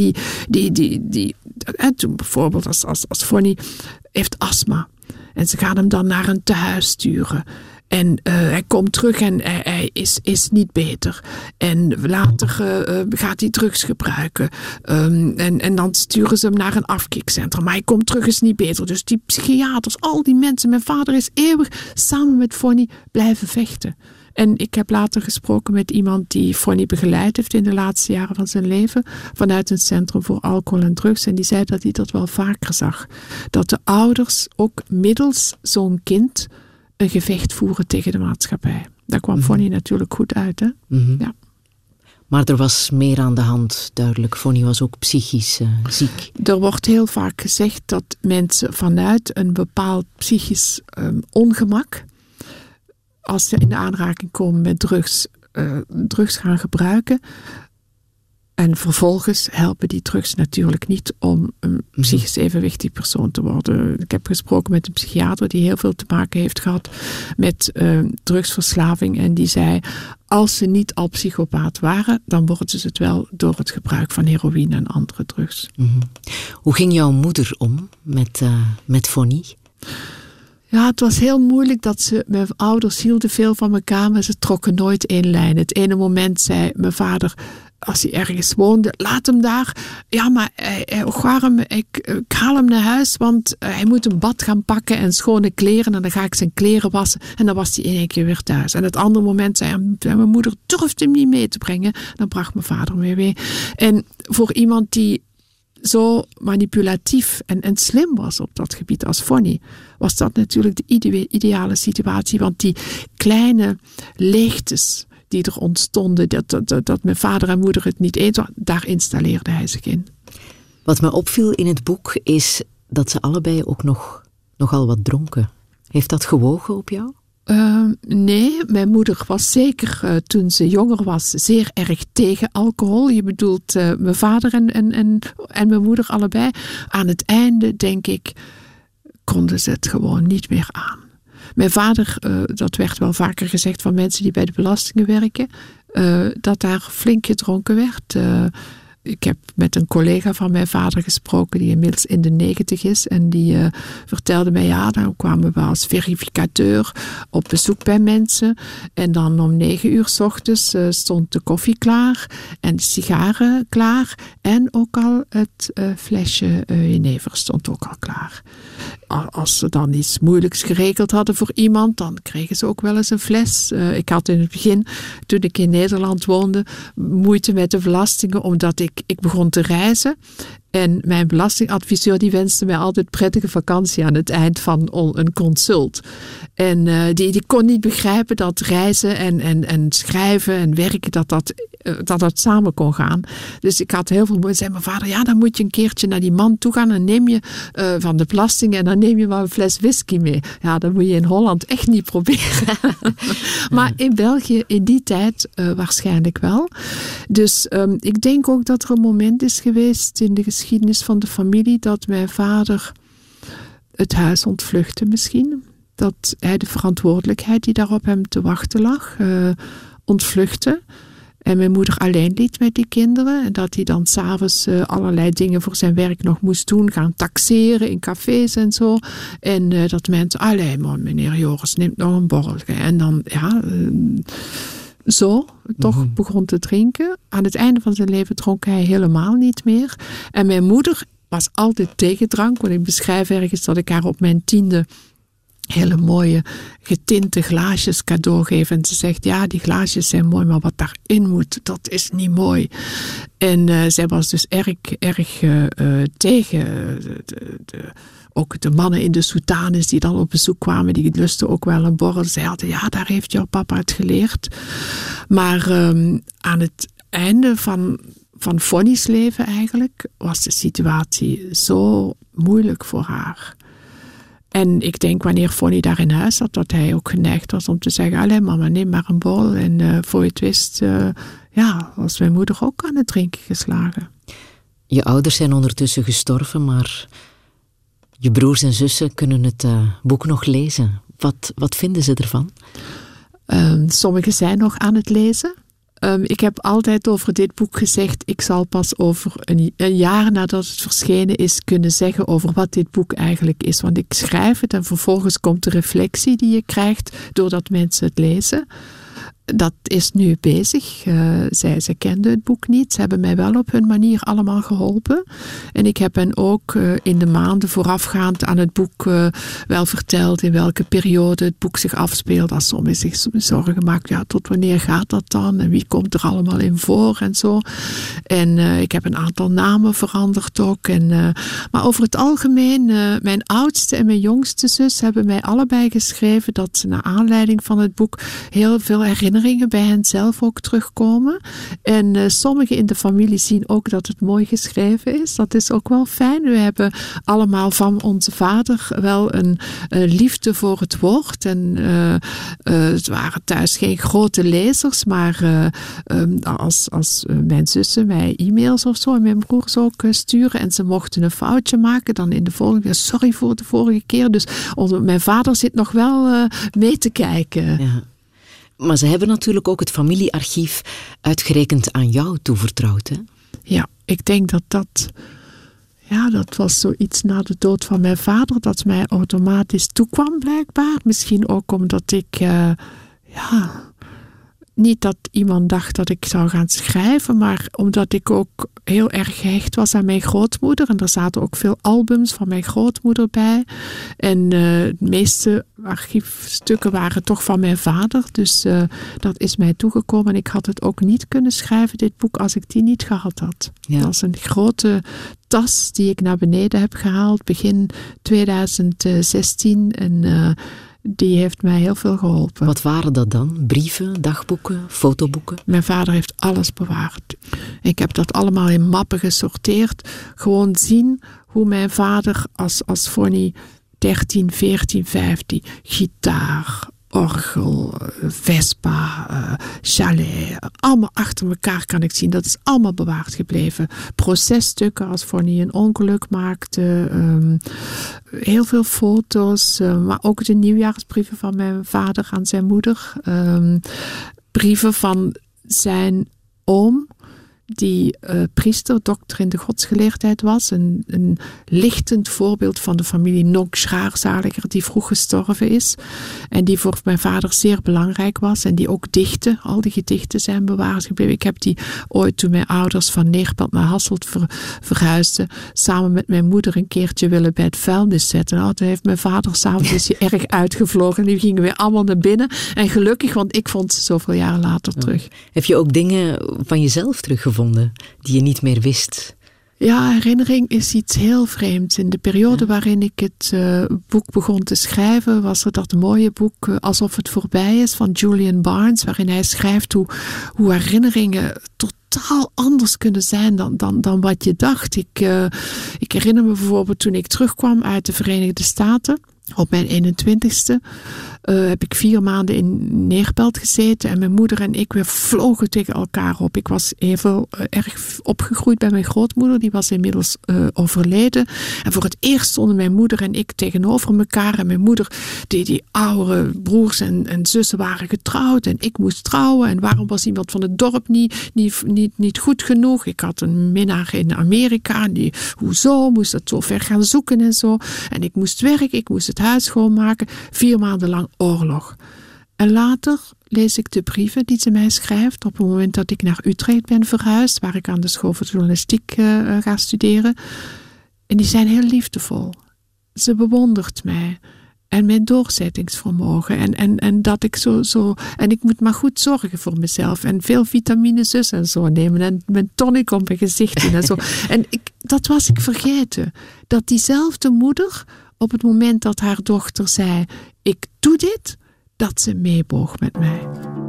toen bijvoorbeeld als Fonny heeft astma. En ze gaan hem dan naar een tehuis sturen. En hij komt terug en hij is niet beter. En later gaat hij drugs gebruiken. En dan sturen ze hem naar een afkikcentrum. Maar hij komt terug, is niet beter. Dus die psychiaters, al die mensen. Mijn vader is eeuwig samen met Fonny blijven vechten. En ik heb later gesproken met iemand die Fonny begeleid heeft in de laatste jaren van zijn leven. Vanuit een centrum voor alcohol en drugs. En die zei dat hij dat wel vaker zag. Dat de ouders ook middels zo'n kind een gevecht voeren tegen de maatschappij. Daar kwam Fonny natuurlijk goed uit, hè? Mm-hmm. Ja. Maar er was meer aan de hand, duidelijk. Fonny was ook psychisch ziek. Er wordt heel vaak gezegd dat mensen vanuit een bepaald psychisch ongemak, als ze in aanraking komen met drugs gaan gebruiken. En vervolgens helpen die drugs natuurlijk niet om een psychisch evenwichtig persoon te worden. Ik heb gesproken met een psychiater die heel veel te maken heeft gehad met drugsverslaving. En die zei, als ze niet al psychopaat waren, dan worden ze het wel door het gebruik van heroïne en andere drugs. Mm-hmm. Hoe ging jouw moeder om met Fonny? Ja, het was heel moeilijk mijn ouders hielden veel van elkaar, maar ze trokken nooit één lijn. Het ene moment zei mijn vader, als hij ergens woonde, laat hem daar. Ja, maar ik haal hem naar huis, want hij moet een bad gaan pakken en schone kleren. En dan ga ik zijn kleren wassen. En dan was hij in één keer weer thuis. En het andere moment zei mijn moeder durfde hem niet mee te brengen. Dan bracht mijn vader hem weer mee. En voor iemand die zo manipulatief en slim was op dat gebied als Fonny, was dat natuurlijk de ideale situatie. Want die kleine leegtes die er ontstonden, dat mijn vader en moeder het niet eens waren, daar installeerde hij zich in. Wat me opviel in het boek is dat ze allebei ook nogal wat dronken. Heeft dat gewogen op jou? Nee, mijn moeder was zeker toen ze jonger was zeer erg tegen alcohol. Je bedoelt mijn vader en mijn moeder allebei. Aan het einde, denk ik, konden ze het gewoon niet meer aan. Mijn vader, dat werd wel vaker gezegd van mensen die bij de belastingen werken, dat daar flink gedronken werd. Ik heb met een collega van mijn vader gesproken die inmiddels in de 90 is. En die vertelde mij, ja, dan kwamen we als verificateur op bezoek bij mensen. En dan om 9 uur 's ochtends stond de koffie klaar en de sigaren klaar. En ook al het flesje jenever stond ook al klaar. Als ze dan iets moeilijks geregeld hadden voor iemand, dan kregen ze ook wel eens een fles. Ik had in het begin, toen ik in Nederland woonde, moeite met de belastingen, omdat ik begon te reizen. En mijn belastingadviseur die wenste mij altijd prettige vakantie aan het eind van een consult. En die kon niet begrijpen dat reizen en schrijven en werken, dat samen kon gaan. Dus ik had heel veel moeite. Zei mijn vader, ja, dan moet je een keertje naar die man toe gaan. Dan neem je van de belastingen en dan neem je maar een fles whisky mee. Ja, dat moet je in Holland echt niet proberen. Maar in België in die tijd waarschijnlijk wel. Dus ik denk ook dat er een moment is geweest in de geschiedenis van de familie dat mijn vader het huis ontvluchtte misschien. Dat hij de verantwoordelijkheid die daar op hem te wachten lag ontvluchtte. En mijn moeder alleen liet met die kinderen. En dat hij dan 's avonds allerlei dingen voor zijn werk nog moest doen. Gaan taxeren in cafés en zo. En dat mensen, alleen maar meneer Joris neemt nog een borrel. En dan, zo toch begon te drinken. Aan het einde van zijn leven dronk hij helemaal niet meer. En mijn moeder was altijd tegen drank. Want ik beschrijf ergens dat ik haar op mijn 10e hele mooie getinte glaasjes cadeau geef. En ze zegt, ja, die glaasjes zijn mooi, maar wat daarin moet, dat is niet mooi. En zij was dus erg tegen ook de mannen in de soutanes die dan op bezoek kwamen, die lusten ook wel een borrel. Zij hadden, ja, daar heeft jouw papa het geleerd. Maar aan het einde van Fonny's leven eigenlijk was de situatie zo moeilijk voor haar. En ik denk wanneer Fonny daar in huis zat, dat hij ook geneigd was om te zeggen, allee mama, neem maar een borrel. En voor je het wist, was mijn moeder ook aan het drinken geslagen. Je ouders zijn ondertussen gestorven, maar je broers en zussen kunnen het boek nog lezen. Wat vinden ze ervan? Sommigen zijn nog aan het lezen. Ik heb altijd over dit boek gezegd, ik zal pas over een jaar nadat het verschenen is kunnen zeggen over wat dit boek eigenlijk is. Want ik schrijf het en vervolgens komt de reflectie die je krijgt doordat mensen het lezen. Dat is nu bezig. Zij kenden het boek niet. Ze hebben mij wel op hun manier allemaal geholpen. En ik heb hen ook in de maanden voorafgaand aan het boek wel verteld in welke periode het boek zich afspeelt. Als sommigen zich zorgen maken, ja, tot wanneer gaat dat dan? En wie komt er allemaal in voor en zo. En ik heb een aantal namen veranderd ook. Maar over het algemeen, mijn oudste en mijn jongste zus hebben mij allebei geschreven dat ze naar aanleiding van het boek heel veel herinneringen bij hen zelf ook terugkomen. En sommigen in de familie zien ook dat het mooi geschreven is. Dat is ook wel fijn. We hebben allemaal van onze vader wel een liefde voor het woord. En het waren thuis geen grote lezers, maar als mijn zussen mij e-mails of zo en mijn broers ook sturen en ze mochten een foutje maken, dan in de volgende keer, sorry voor de vorige keer. Dus mijn vader zit nog wel mee te kijken. Ja. Maar ze hebben natuurlijk ook het familiearchief uitgerekend aan jou toevertrouwd, hè? Ja, ik denk dat was zoiets na de dood van mijn vader, dat mij automatisch toekwam blijkbaar. Misschien ook omdat ik, niet dat iemand dacht dat ik zou gaan schrijven, maar omdat ik ook heel erg gehecht was aan mijn grootmoeder. En er zaten ook veel albums van mijn grootmoeder bij. En de meeste archiefstukken waren toch van mijn vader. Dus dat is mij toegekomen. En ik had het ook niet kunnen schrijven, dit boek, als ik die niet gehad had. Ja. Dat was een grote tas die ik naar beneden heb gehaald begin 2016. En die heeft mij heel veel geholpen. Wat waren dat dan? Brieven, dagboeken, fotoboeken? Mijn vader heeft alles bewaard. Ik heb dat allemaal in mappen gesorteerd. Gewoon zien hoe mijn vader als Fonny 13, 14, 15, gitaar, orgel, Vespa, chalet, allemaal achter elkaar kan ik zien. Dat is allemaal bewaard gebleven. Processtukken als Fonny een ongeluk maakte. Heel veel foto's, maar ook de nieuwjaarsbrieven van mijn vader aan zijn moeder. Brieven van zijn oom, die priester, dokter in de godsgeleerdheid was. Een lichtend voorbeeld van de familie Nonk-Schaarzaliger, die vroeg gestorven is. En die voor mijn vader zeer belangrijk was. En die ook dichtte. Al die gedichten zijn bewaard gebleven. Ik heb die ooit, toen mijn ouders van Neerpelt naar Hasselt verhuisden, samen met mijn moeder een keertje willen bij het vuilnis zetten. Nou, toen heeft mijn vader s'avonds erg uitgevlogen. En die gingen weer allemaal naar binnen. En gelukkig, want ik vond ze zoveel jaren later terug. Heb je ook dingen van jezelf teruggevonden die je niet meer wist? Ja, herinnering is iets heel vreemds. In de periode waarin ik het boek begon te schrijven, was er dat mooie boek Alsof het voorbij is van Julian Barnes, waarin hij schrijft hoe herinneringen totaal anders kunnen zijn dan wat je dacht. Ik herinner me bijvoorbeeld toen ik terugkwam uit de Verenigde Staten. Op mijn 21ste heb ik 4 maanden in Neerpelt gezeten. En mijn moeder en ik, we vlogen tegen elkaar op. Ik was even erg opgegroeid bij mijn grootmoeder. Die was inmiddels overleden. En voor het eerst stonden mijn moeder en ik tegenover elkaar. En mijn moeder, die oude broers en zussen waren getrouwd. En ik moest trouwen. En waarom was iemand van het dorp niet goed genoeg? Ik had een minnaar in Amerika. Hoezo? Moest dat zo ver gaan zoeken en zo. En ik moest werken. Ik moest het huis schoonmaken. 4 maanden lang oorlog. En later lees ik de brieven die ze mij schrijft op het moment dat ik naar Utrecht ben verhuisd, waar ik aan de school voor journalistiek ga studeren. En die zijn heel liefdevol. Ze bewondert mij en mijn doorzettingsvermogen en dat ik zo en ik moet maar goed zorgen voor mezelf en veel vitamine zus en zo nemen en mijn tonic op mijn gezicht doen en zo. En dat was ik vergeten. Dat diezelfde moeder op het moment dat haar dochter zei, ik doe dit, dat ze meeboog met mij.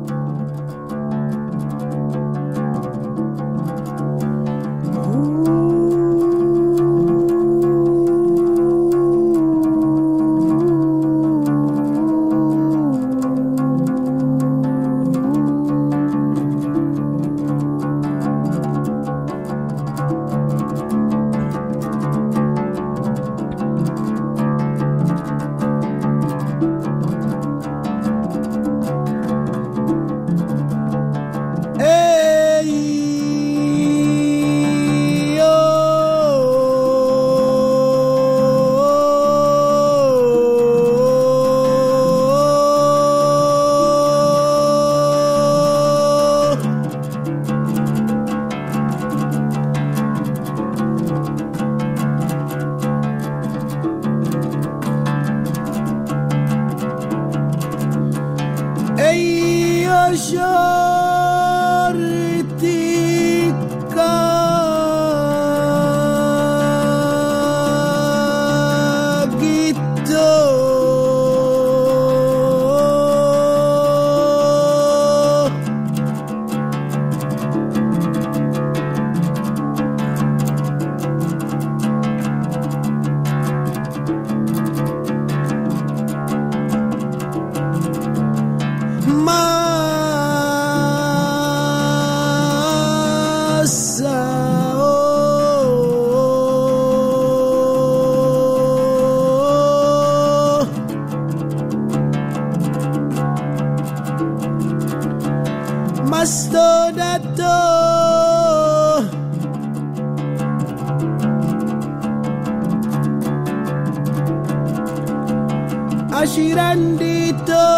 Ashirandito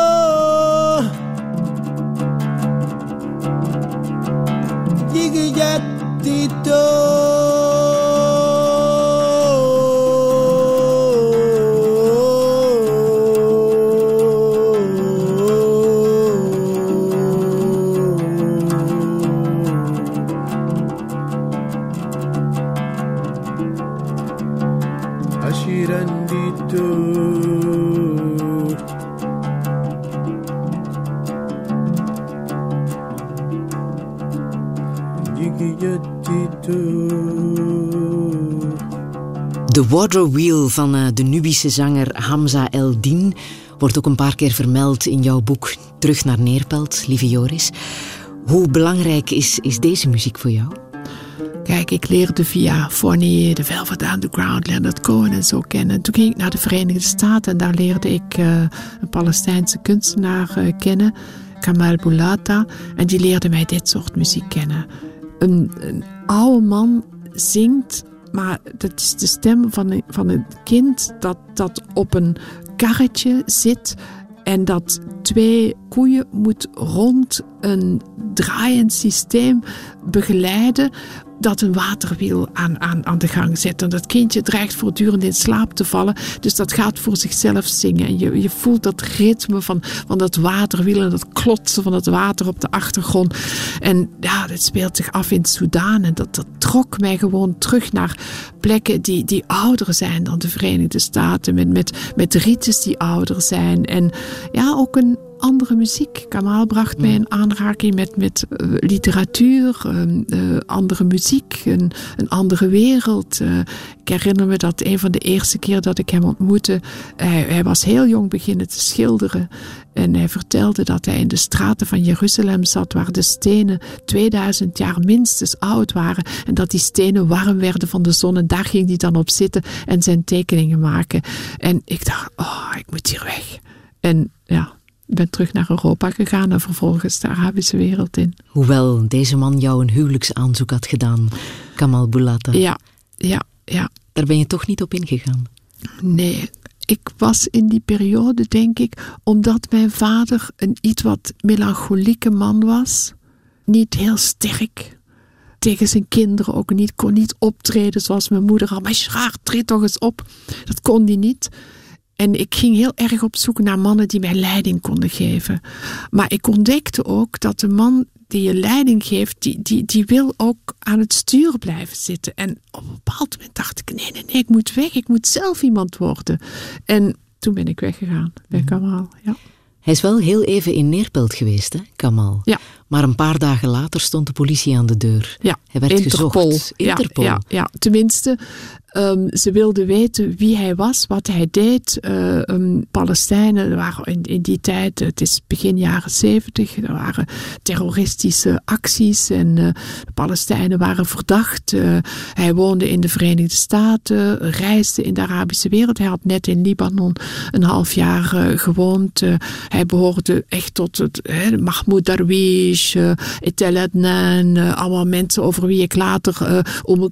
Jigijatito The Water Wheel van de Nubische zanger Hamza El-Din wordt ook een paar keer vermeld in jouw boek Terug naar Neerpelt, lieve Joris. Hoe belangrijk is deze muziek voor jou? Kijk, ik leerde via Fournier, de Velvet Underground, Leonard Cohen en zo kennen. Toen ging ik naar de Verenigde Staten en daar leerde ik een Palestijnse kunstenaar kennen, Kamal Boulata. En die leerde mij dit soort muziek kennen. Een oude man zingt, maar dat is de stem van een kind dat op een karretje zit en dat 2 koeien moet rond een draaiend systeem begeleiden dat een waterwiel aan de gang zet. En dat kindje dreigt voortdurend in slaap te vallen. Dus dat gaat voor zichzelf zingen. En je voelt dat ritme van dat waterwiel en dat klotsen van het water op de achtergrond. En ja, dat speelt zich af in Soedan. En dat trok mij gewoon terug naar plekken die ouder zijn dan de Verenigde Staten. Met rites die ouder zijn. En ja, ook een andere muziek. Kamal bracht mij in aanraking met literatuur, andere muziek, een andere wereld. Ik herinner me dat een van de eerste keer dat ik hem ontmoette, hij was heel jong beginnen te schilderen. En hij vertelde dat hij in de straten van Jeruzalem zat, waar de stenen 2000 jaar minstens oud waren. En dat die stenen warm werden van de zon. En daar ging hij dan op zitten en zijn tekeningen maken. En ik dacht, ik moet hier weg. En ja, ik ben terug naar Europa gegaan en vervolgens de Arabische wereld in. Hoewel deze man jou een huwelijksaanzoek had gedaan, Kamal Boulatta. Ja. Daar ben je toch niet op ingegaan? Nee. Ik was in die periode, denk ik, omdat mijn vader een iets wat melancholieke man was. Niet heel sterk. Tegen zijn kinderen ook niet. Kon niet optreden zoals mijn moeder al. Maar Gerard, treed toch eens op. Dat kon hij niet. En ik ging heel erg op zoek naar mannen die mij leiding konden geven. Maar ik ontdekte ook dat de man die je leiding geeft, die wil ook aan het stuur blijven zitten. En op een bepaald moment dacht ik, nee, ik moet weg. Ik moet zelf iemand worden. En toen ben ik weggegaan bij Kamal, ja. Hij is wel heel even in Neerpelt geweest, hè, Kamal? Ja. Maar een paar dagen later stond de politie aan de deur. Ja, hij werd Interpol. gezocht. Interpol. Ja. Tenminste, ze wilden weten wie hij was, wat hij deed. Palestijnen, er waren in die tijd, het is begin jaren 70, er waren terroristische acties en de Palestijnen waren verdacht. Hij woonde in de Verenigde Staten, reisde in de Arabische wereld. Hij had net in Libanon een half jaar gewoond. Hij behoorde echt tot Mahmoud Darwish, Etel Adnan, allemaal mensen over wie ik later,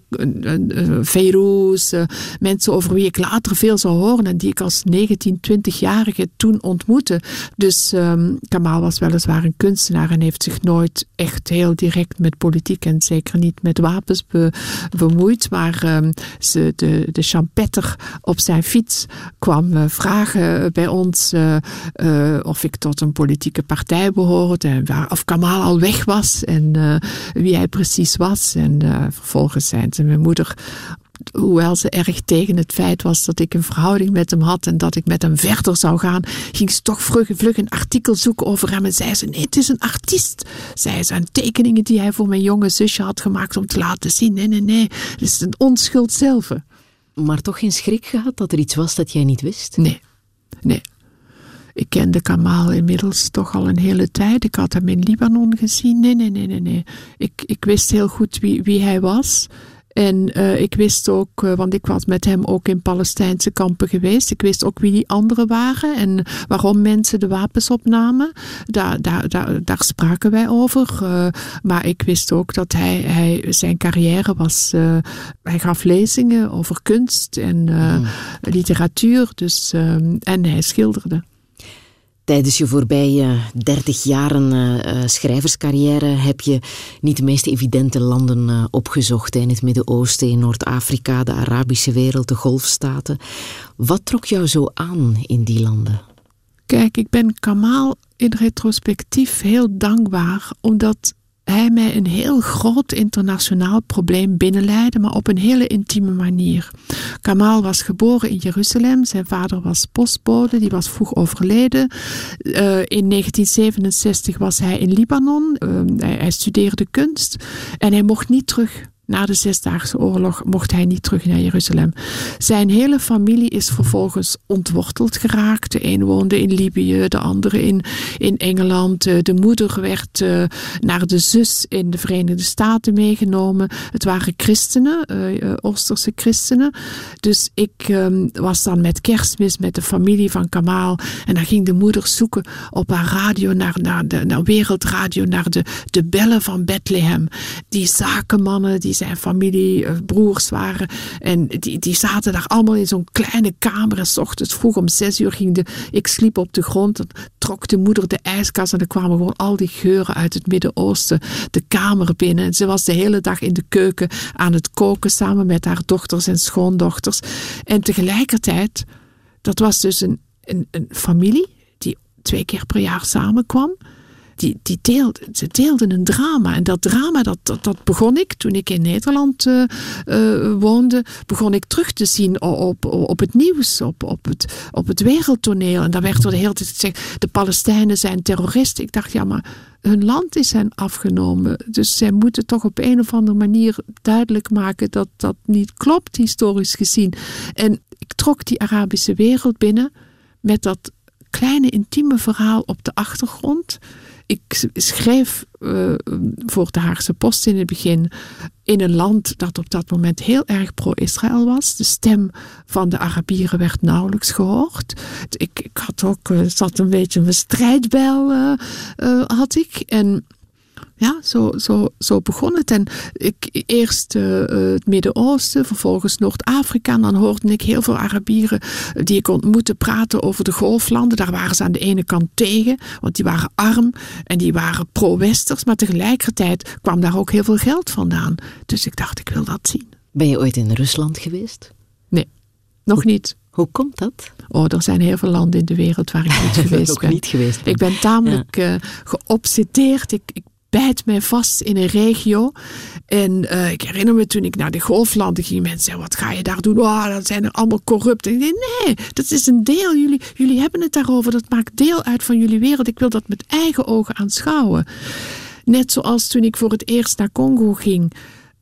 Feyrouz, mensen over wie ik later veel zou horen en die ik als 19, 20-jarige toen ontmoette. Dus Kamal was weliswaar een kunstenaar en heeft zich nooit echt heel direct met politiek en zeker niet met wapens bemoeid, maar de champetter op zijn fiets kwam vragen bij ons of ik tot een politieke partij behoorde, of Kamal al weg was en wie hij precies was. En vervolgens zei ze, mijn moeder, hoewel ze erg tegen het feit was dat ik een verhouding met hem had en dat ik met hem verder zou gaan, ging ze toch vlug een artikel zoeken over hem en zei ze, nee, het is een artiest. Zei ze, en tekeningen die hij voor mijn jonge zusje had gemaakt om te laten zien. Nee, het is een onschuld zelf. Maar toch geen schrik gehad dat er iets was dat jij niet wist? Nee. Ik kende Kamal inmiddels toch al een hele tijd. Ik had hem in Libanon gezien. Nee. Ik wist heel goed wie hij was. En ik wist ook, want ik was met hem ook in Palestijnse kampen geweest. Ik wist ook wie die anderen waren en waarom mensen de wapens opnamen. Daar spraken wij over. Maar ik wist ook dat hij zijn carrière was. Hij gaf lezingen over kunst en literatuur. Dus, en hij schilderde. Tijdens je voorbije 30 jaren schrijverscarrière heb je niet de meest evidente landen opgezocht. In het Midden-Oosten, in Noord-Afrika, de Arabische wereld, de Golfstaten. Wat trok jou zo aan in die landen? Kijk, ik ben Kamal in retrospectief heel dankbaar, omdat hij mij een heel groot internationaal probleem binnenleidde, maar op een hele intieme manier. Kamal was geboren in Jeruzalem. Zijn vader was postbode, die was vroeg overleden. In 1967 was hij in Libanon. Hij studeerde kunst en hij mocht niet terug. Na de Zesdaagse Oorlog mocht hij niet terug naar Jeruzalem. Zijn hele familie is vervolgens ontworteld geraakt. De een woonde in Libië, de andere in Engeland. De moeder werd naar de zus in de Verenigde Staten meegenomen. Het waren christenen, Oosterse christenen. Dus ik was dan met Kerstmis met de familie van Kamal. En dan ging de moeder zoeken op haar radio, naar wereldradio, naar de bellen van Bethlehem. Die zakenmannen, die zijn familie, broers waren. En die zaten daar allemaal in zo'n kleine kamer. En 's ochtends vroeg om 6:00 ik sliep op de grond. Dan trok de moeder de ijskast en er kwamen gewoon al die geuren uit het Midden-Oosten de kamer binnen. En ze was de hele dag in de keuken aan het koken samen met haar dochters en schoondochters. En tegelijkertijd, dat was dus een familie die 2 keer per jaar samenkwam. ze deelden een drama. En dat drama, dat begon ik toen ik in Nederland woonde, begon ik terug te zien op het nieuws, op het wereldtoneel. En daar werd er de hele tijd gezegd, de Palestijnen zijn terroristen. Ik dacht, ja, maar hun land is hen afgenomen. Dus zij moeten toch op een of andere manier duidelijk maken dat dat niet klopt, historisch gezien. En ik trok die Arabische wereld binnen met dat kleine intieme verhaal op de achtergrond. Ik schreef voor de Haagse Post in het begin in een land dat op dat moment heel erg pro-Israël was. De stem van de Arabieren werd nauwelijks gehoord. Ik had ook, zat een beetje een strijdbijl had ik. En ja, zo begon het. En eerst het Midden-Oosten, vervolgens Noord-Afrika. En dan hoorde ik heel veel Arabieren die ik ontmoette praten over de Golflanden. Daar waren ze aan de ene kant tegen, want die waren arm en die waren pro-Westers. Maar tegelijkertijd kwam daar ook heel veel geld vandaan. Dus ik dacht, ik wil dat zien. Ben je ooit in Rusland geweest? Nee, nog niet. Hoe komt dat? Er zijn heel veel landen in de wereld waar ik niet geweest ben. Niet geweest ben. Ik ben tamelijk geobsedeerd. Ik bijt mij vast in een regio. En ik herinner me toen ik naar de Golflanden ging. Mensen zeiden, wat ga je daar doen? Dat zijn er allemaal corrupt. En ik zei, nee, dat is een deel. Jullie hebben het daarover. Dat maakt deel uit van jullie wereld. Ik wil dat met eigen ogen aanschouwen. Net zoals toen ik voor het eerst naar Congo ging.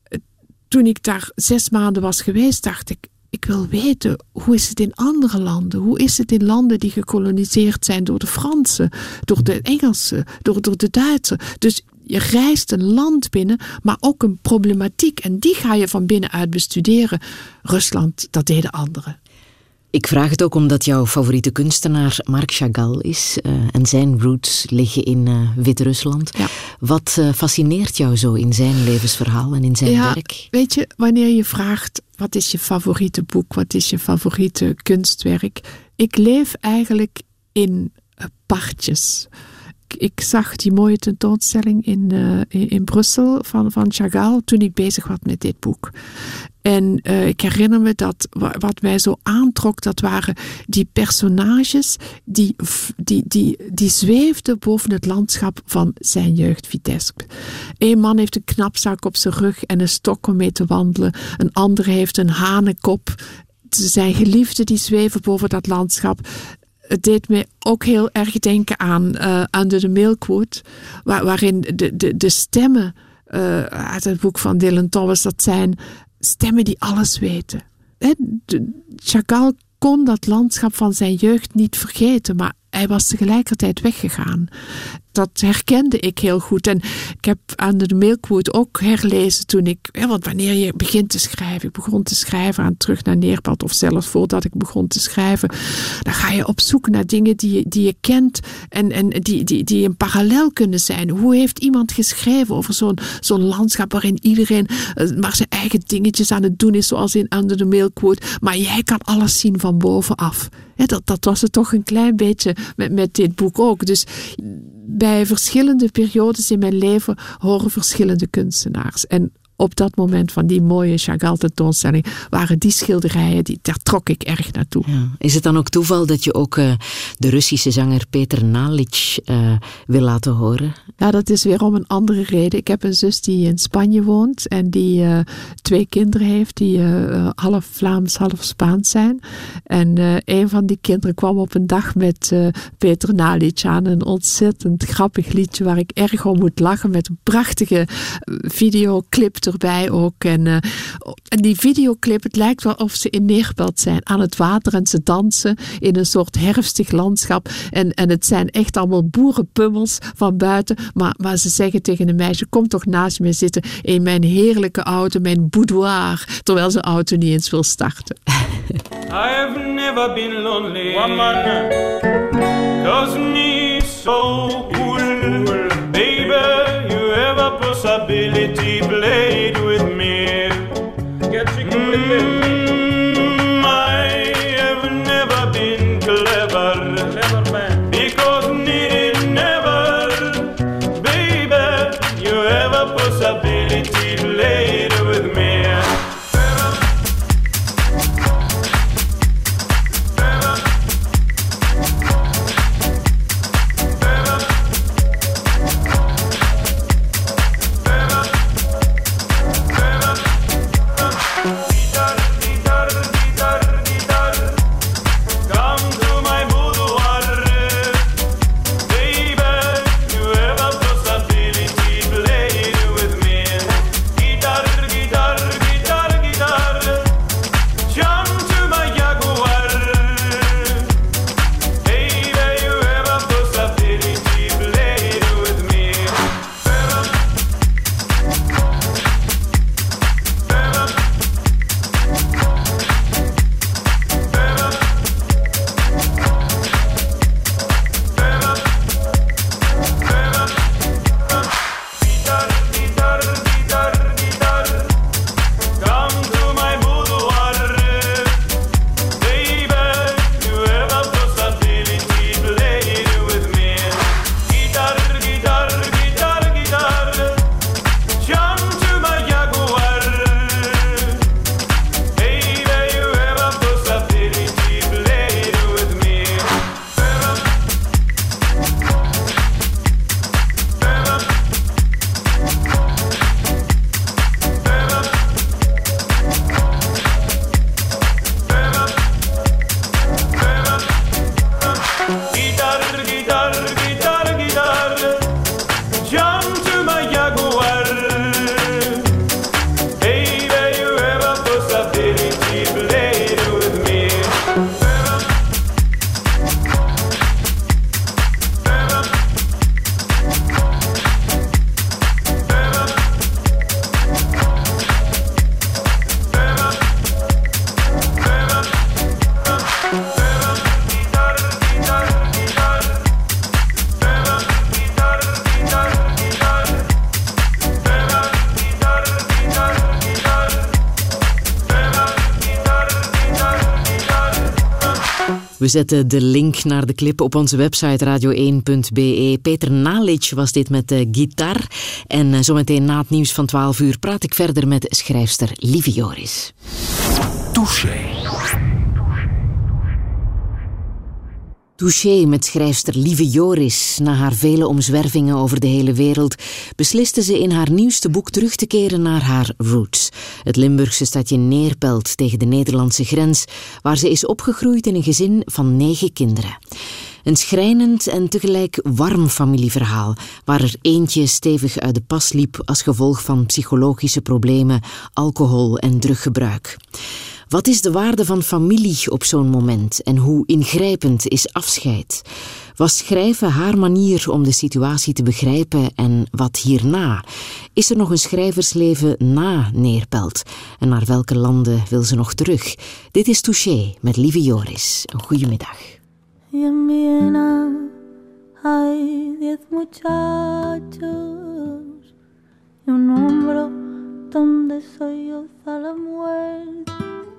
Toen ik daar 6 maanden was geweest, dacht ik wil weten, hoe is het in andere landen? Hoe is het in landen die gekoloniseerd zijn door de Fransen, door de Engelsen, door de Duitsers? Dus je reist een land binnen, maar ook een problematiek. En die ga je van binnenuit bestuderen. Rusland, dat deden anderen. Ik vraag het ook omdat jouw favoriete kunstenaar Marc Chagall is. En zijn roots liggen in Wit-Rusland. Ja. Wat fascineert jou zo in zijn levensverhaal en in zijn werk? Weet je, wanneer je vraagt, wat is je favoriete boek? Wat is je favoriete kunstwerk? Ik leef eigenlijk in partjes. Ik zag die mooie tentoonstelling in Brussel van Chagall toen ik bezig was met dit boek. En ik herinner me dat wat mij zo aantrok, dat waren die personages die zweefden boven het landschap van zijn jeugd Vitebsk. Een man heeft een knapzak op zijn rug en een stok om mee te wandelen. Een ander heeft een hanenkop. Zijn geliefden die zweven boven dat landschap. Het deed me ook heel erg denken aan Under the Milkwood, waarin de stemmen uit het boek van Dylan Thomas, dat zijn stemmen die alles weten. Chagall kon dat landschap van zijn jeugd niet vergeten, maar hij was tegelijkertijd weggegaan. Dat herkende ik heel goed. En ik heb Under the Milkwood ook herlezen toen want wanneer je begint te schrijven, ik begon te schrijven aan Terug naar Neerpelt, of zelfs voordat ik begon te schrijven, dan ga je op zoek naar dingen die je kent en die een parallel kunnen zijn. Hoe heeft iemand geschreven over zo'n landschap waarin iedereen maar zijn eigen dingetjes aan het doen is, zoals in Under the Milkwood, maar jij kan alles zien van bovenaf. Dat was het toch een klein beetje met dit boek ook. Dus bij verschillende periodes in mijn leven horen verschillende kunstenaars. En op dat moment van die mooie Chagall-tentoonstelling waren die schilderijen, daar trok ik erg naartoe. Ja. Is het dan ook toeval dat je ook de Russische zanger Peter Nalic wil laten horen? Ja, dat is weer om een andere reden. Ik heb een zus die in Spanje woont en die 2 kinderen heeft die half Vlaams, half Spaans zijn. En een van die kinderen kwam op een dag met Peter Nalic aan, een ontzettend grappig liedje waar ik erg om moet lachen, met een prachtige videoclip erbij ook. En die videoclip, het lijkt wel of ze in Neerpelt zijn, aan het water, en ze dansen in een soort herfstig landschap. En het zijn echt allemaal boerenpummels van buiten. Maar ze zeggen tegen een meisje, kom toch naast me zitten in mijn heerlijke auto, mijn boudoir, terwijl zijn auto niet eens wil starten. I've never been lonely. One man, 'cause me so cool. Baby, you have a possibility, played with me. Get chicken with me. I have never been clever. Clever man. Because needed never. Baby, you have a possibility, played with me. We zetten de link naar de clip op onze website radio1.be. Peter Nalic was dit met de gitaar. En zometeen na het nieuws van 12 uur praat ik verder met schrijfster Lieve Joris. Touché. Touché met schrijfster Lieve Joris. Na haar vele omzwervingen over de hele wereld besliste ze in haar nieuwste boek terug te keren naar haar roots. Het Limburgse stadje Neerpelt tegen de Nederlandse grens, waar ze is opgegroeid in een gezin van 9 kinderen. Een schrijnend en tegelijk warm familieverhaal, waar er eentje stevig uit de pas liep als gevolg van psychologische problemen, alcohol en druggebruik. Wat is de waarde van familie op zo'n moment en hoe ingrijpend is afscheid? Was schrijven haar manier om de situatie te begrijpen en wat hierna? Is er nog een schrijversleven na Neerpelt? En naar welke landen wil ze nog terug? Dit is Touché met Lieve Joris. Een goede middag. Y en Viena hay 10 muchachos y un hombro donde solloza la muerte.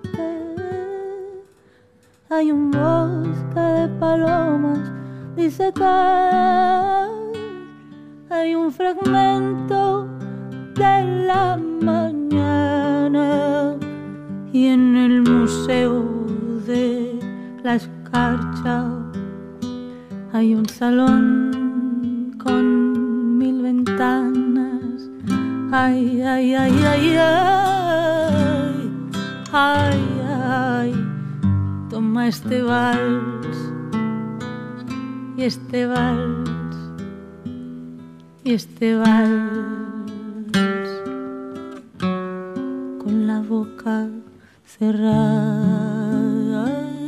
Hay un bosque de palomas disecadas, hay un fragmento de la mañana y en el museo de la escarcha hay un salón con 1000 ventanas. Ay, ay, ay, ay, ay, ay, ay. Toma este vals y este vals y este vals con la boca cerrada.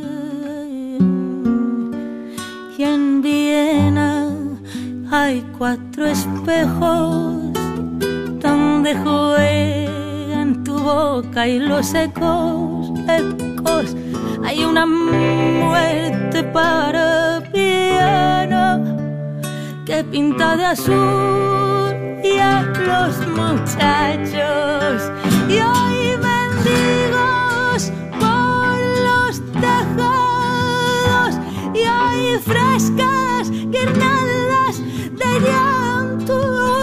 Y en Viena hay 4 espejos donde juegan tu boca y los ecos. Hay una muerte para piano que pinta de azul y a los muchachos. Y hay mendigos por los tejados y hay frescas guirnaldas de llanto.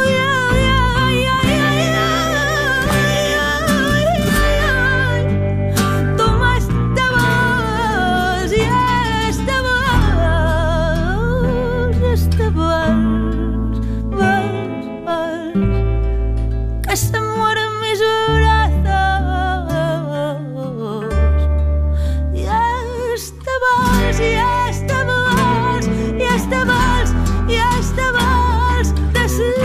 Que se mueren mis brazos. Y este vals, y este vals, y este vals, y este vals de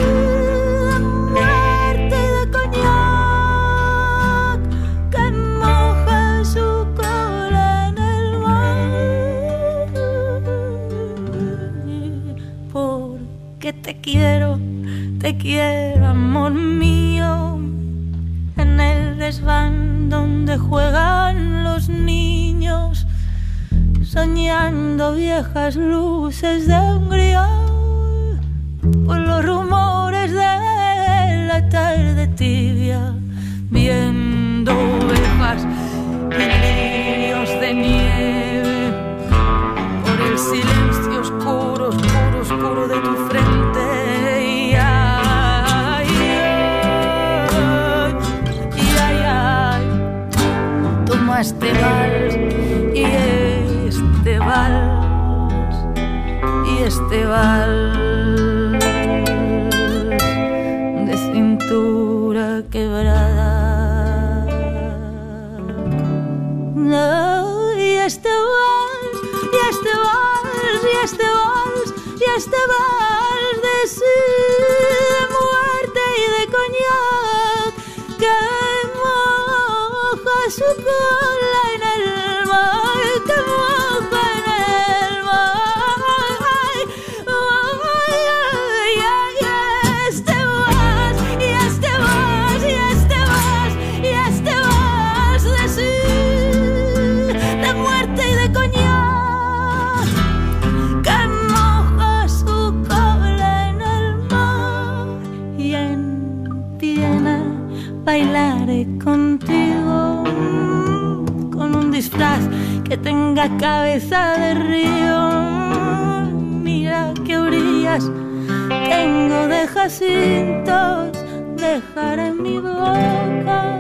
muerte y de coñac que moja su cola en el mar. Porque te quiero, amor mío, en el desván donde juegan los niños, soñando viejas luces de Hungría, por los rumores de la tarde tibia, viendo ovejas y lirios de nieve, por el silencio oscuro, oscuro, oscuro de tu frente. Este vals y este vals y este vals de cintura quebrada. No, y este vals y este vals y este vals y este vals de muerte y de coñac que moja su cola en el mar, que moja en el mar. Ay, ay, ay, este vals y este vals y este vals y este vals de muerte y de coñac que moja su cola en el mar. Y en Viena bailaré contigo con un disfraz que tenga cabeza de río. Mira qué orillas tengo de jacintos, dejaré en mi boca.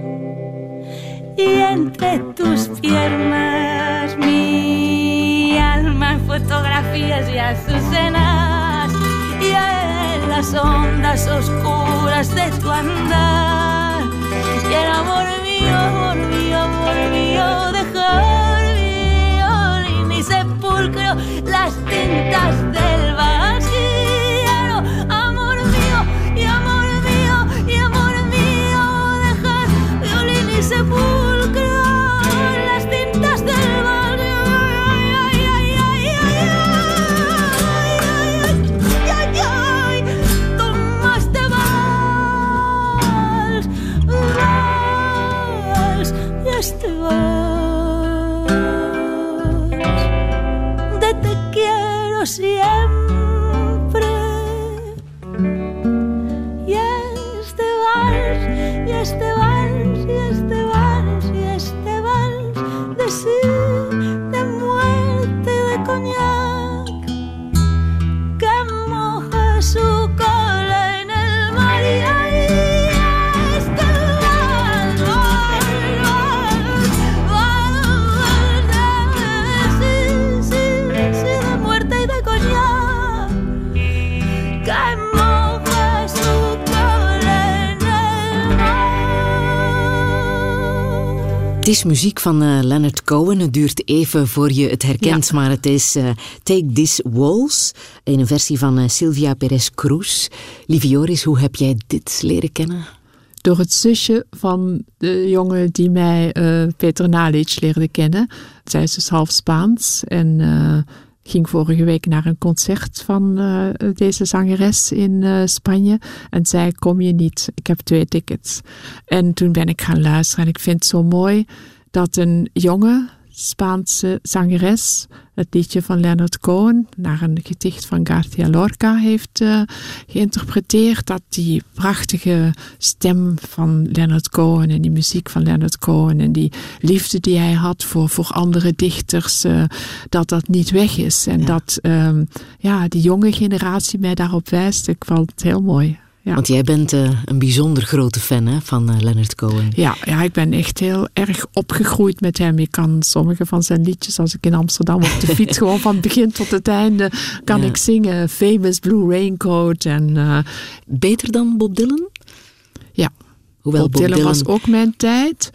Y entre tus piernas mi alma en fotografías y azucenas, y en las ondas oscuras de tu andar. Y el amor mío, amor mío, amor mío, dejar violín y sepulcro, las tintas del vacío. Amor mío y amor mío y amor mío, dejar violín y sepulcro, las tintas del vacío. Tomaste vals, vals, y este vals de te quiero siempre. Y este vals, y este vals, y este vals, y este vals de sí, de muerte, de coñac, que moja su cola en el mar. Y ahí este vals, vals, vals, de sí, sí, sí, de muerte y de coñac, que moja su cola en el mar. Het is muziek van Leonard Cohen. Het duurt even voor je het herkent, maar het is Take This Waltz in een versie van Sylvia Perez Cruz. Lieve Joris, hoe heb jij dit leren kennen? Door het zusje van de jongen die mij Peter Nalic leerde kennen. Zij is dus half Spaans en ging vorige week naar een concert van deze zangeres in Spanje. En zei, kom je niet? Ik heb 2 tickets. En toen ben ik gaan luisteren. En ik vind het zo mooi dat een jonge Spaanse zangeres het liedje van Leonard Cohen naar een gedicht van García Lorca heeft geïnterpreteerd. Dat die prachtige stem van Leonard Cohen en die muziek van Leonard Cohen en die liefde die hij had voor andere dichters, dat niet weg is. En dat die jonge generatie mij daarop wijst. Ik vond het heel mooi. Ja. Want jij bent een bijzonder grote fan van Leonard Cohen. Ja, ik ben echt heel erg opgegroeid met hem. Ik kan sommige van zijn liedjes, als ik in Amsterdam op de fiets gewoon van het begin tot het einde kan ik zingen. Famous Blue Raincoat. En, beter dan Bob Dylan? Ja, hoewel Bob Dylan was ook mijn tijd.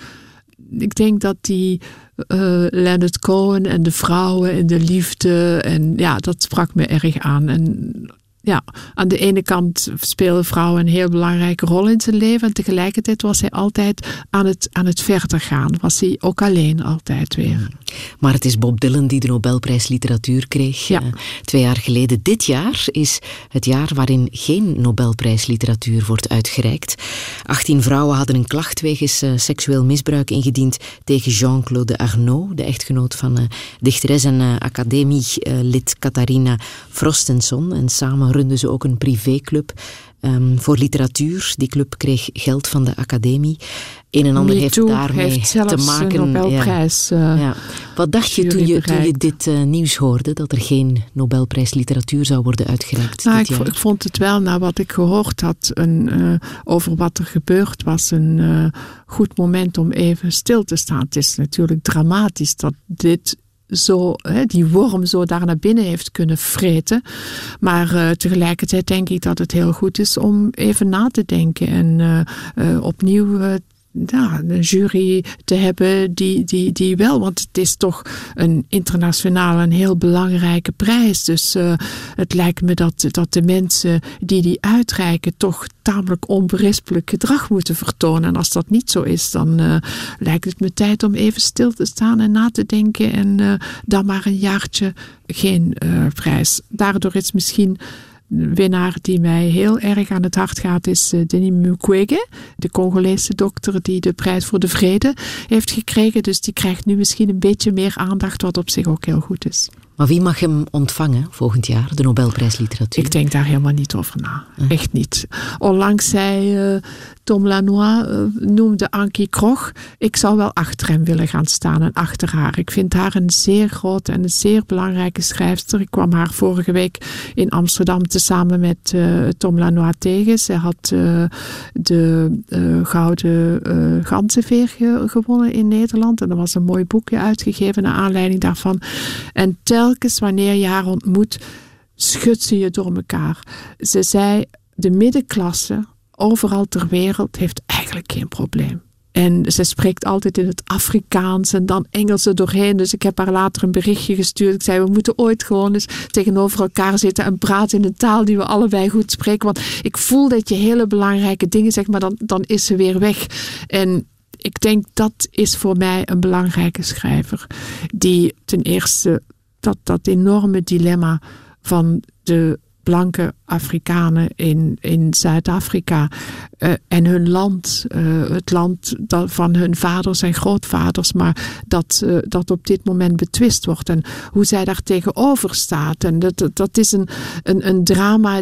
Ik denk dat die Leonard Cohen en de vrouwen en de liefde, en ja, dat sprak me erg aan. En ja, aan de ene kant speelde vrouwen een heel belangrijke rol in zijn leven. En tegelijkertijd was hij altijd aan het verder gaan. Was hij ook alleen altijd weer. Maar het is Bob Dylan die de Nobelprijs Literatuur kreeg. Ja. 2 jaar geleden. Dit jaar is het jaar waarin geen Nobelprijs Literatuur wordt uitgereikt. 18 vrouwen hadden een klacht wegens seksueel misbruik ingediend tegen Jean-Claude Arnault, de echtgenoot van dichteres en academielid Catharina Frostenson. En samen runden ze ook een privéclub voor literatuur. Die club kreeg geld van de academie. Een en ander heeft daarmee te maken. Een Nobelprijs. Wat dacht je toen je dit nieuws hoorde, dat er geen Nobelprijs Literatuur zou worden uitgereikt dit jaar? Ik vond het wel, na wat ik gehoord had, over wat er gebeurd was, een goed moment om even stil te staan. Het is natuurlijk dramatisch dat dit die worm zo daar naar binnen heeft kunnen vreten. Maar tegelijkertijd denk ik dat het heel goed is om even na te denken en opnieuw een jury te hebben die wel, want het is toch een internationaal een heel belangrijke prijs. Dus het lijkt me dat de mensen die uitreiken toch tamelijk onberispelijk gedrag moeten vertonen. En als dat niet zo is, dan lijkt het me tijd om even stil te staan en na te denken en dan maar een jaartje geen prijs. Daardoor is misschien de winnaar die mij heel erg aan het hart gaat is Denis Mukwege, de Congolese dokter die de prijs voor de vrede heeft gekregen. Dus die krijgt nu misschien een beetje meer aandacht, wat op zich ook heel goed is. Maar wie mag hem ontvangen volgend jaar, de Nobelprijs Literatuur? Ik denk daar helemaal niet over na. Echt niet. Onlangs zei Tom Lanois noemde Ankie Krog. Ik zou wel achter hem willen gaan staan en achter haar. Ik vind haar een zeer grote en een zeer belangrijke schrijfster. Ik kwam haar vorige week in Amsterdam tezamen met Tom Lanois tegen. Ze had de Gouden Ganzenveer gewonnen in Nederland. En er was een mooi boekje uitgegeven naar aanleiding daarvan. En telkens wanneer je haar ontmoet, schudt ze je door elkaar. Ze zei, de middenklasse overal ter wereld heeft eigenlijk geen probleem. En ze spreekt altijd in het Afrikaans en dan Engels er doorheen. Dus ik heb haar later een berichtje gestuurd. Ik zei, we moeten ooit gewoon eens tegenover elkaar zitten en praten in een taal die we allebei goed spreken. Want ik voel dat je hele belangrijke dingen zegt, maar dan is ze weer weg. En ik denk, dat is voor mij een belangrijke schrijver. Die ten eerste dat enorme dilemma van de blanke Afrikanen in Zuid-Afrika en hun land, het land van hun vaders en grootvaders, maar dat op dit moment betwist wordt en hoe zij daar tegenover staat. En dat is een drama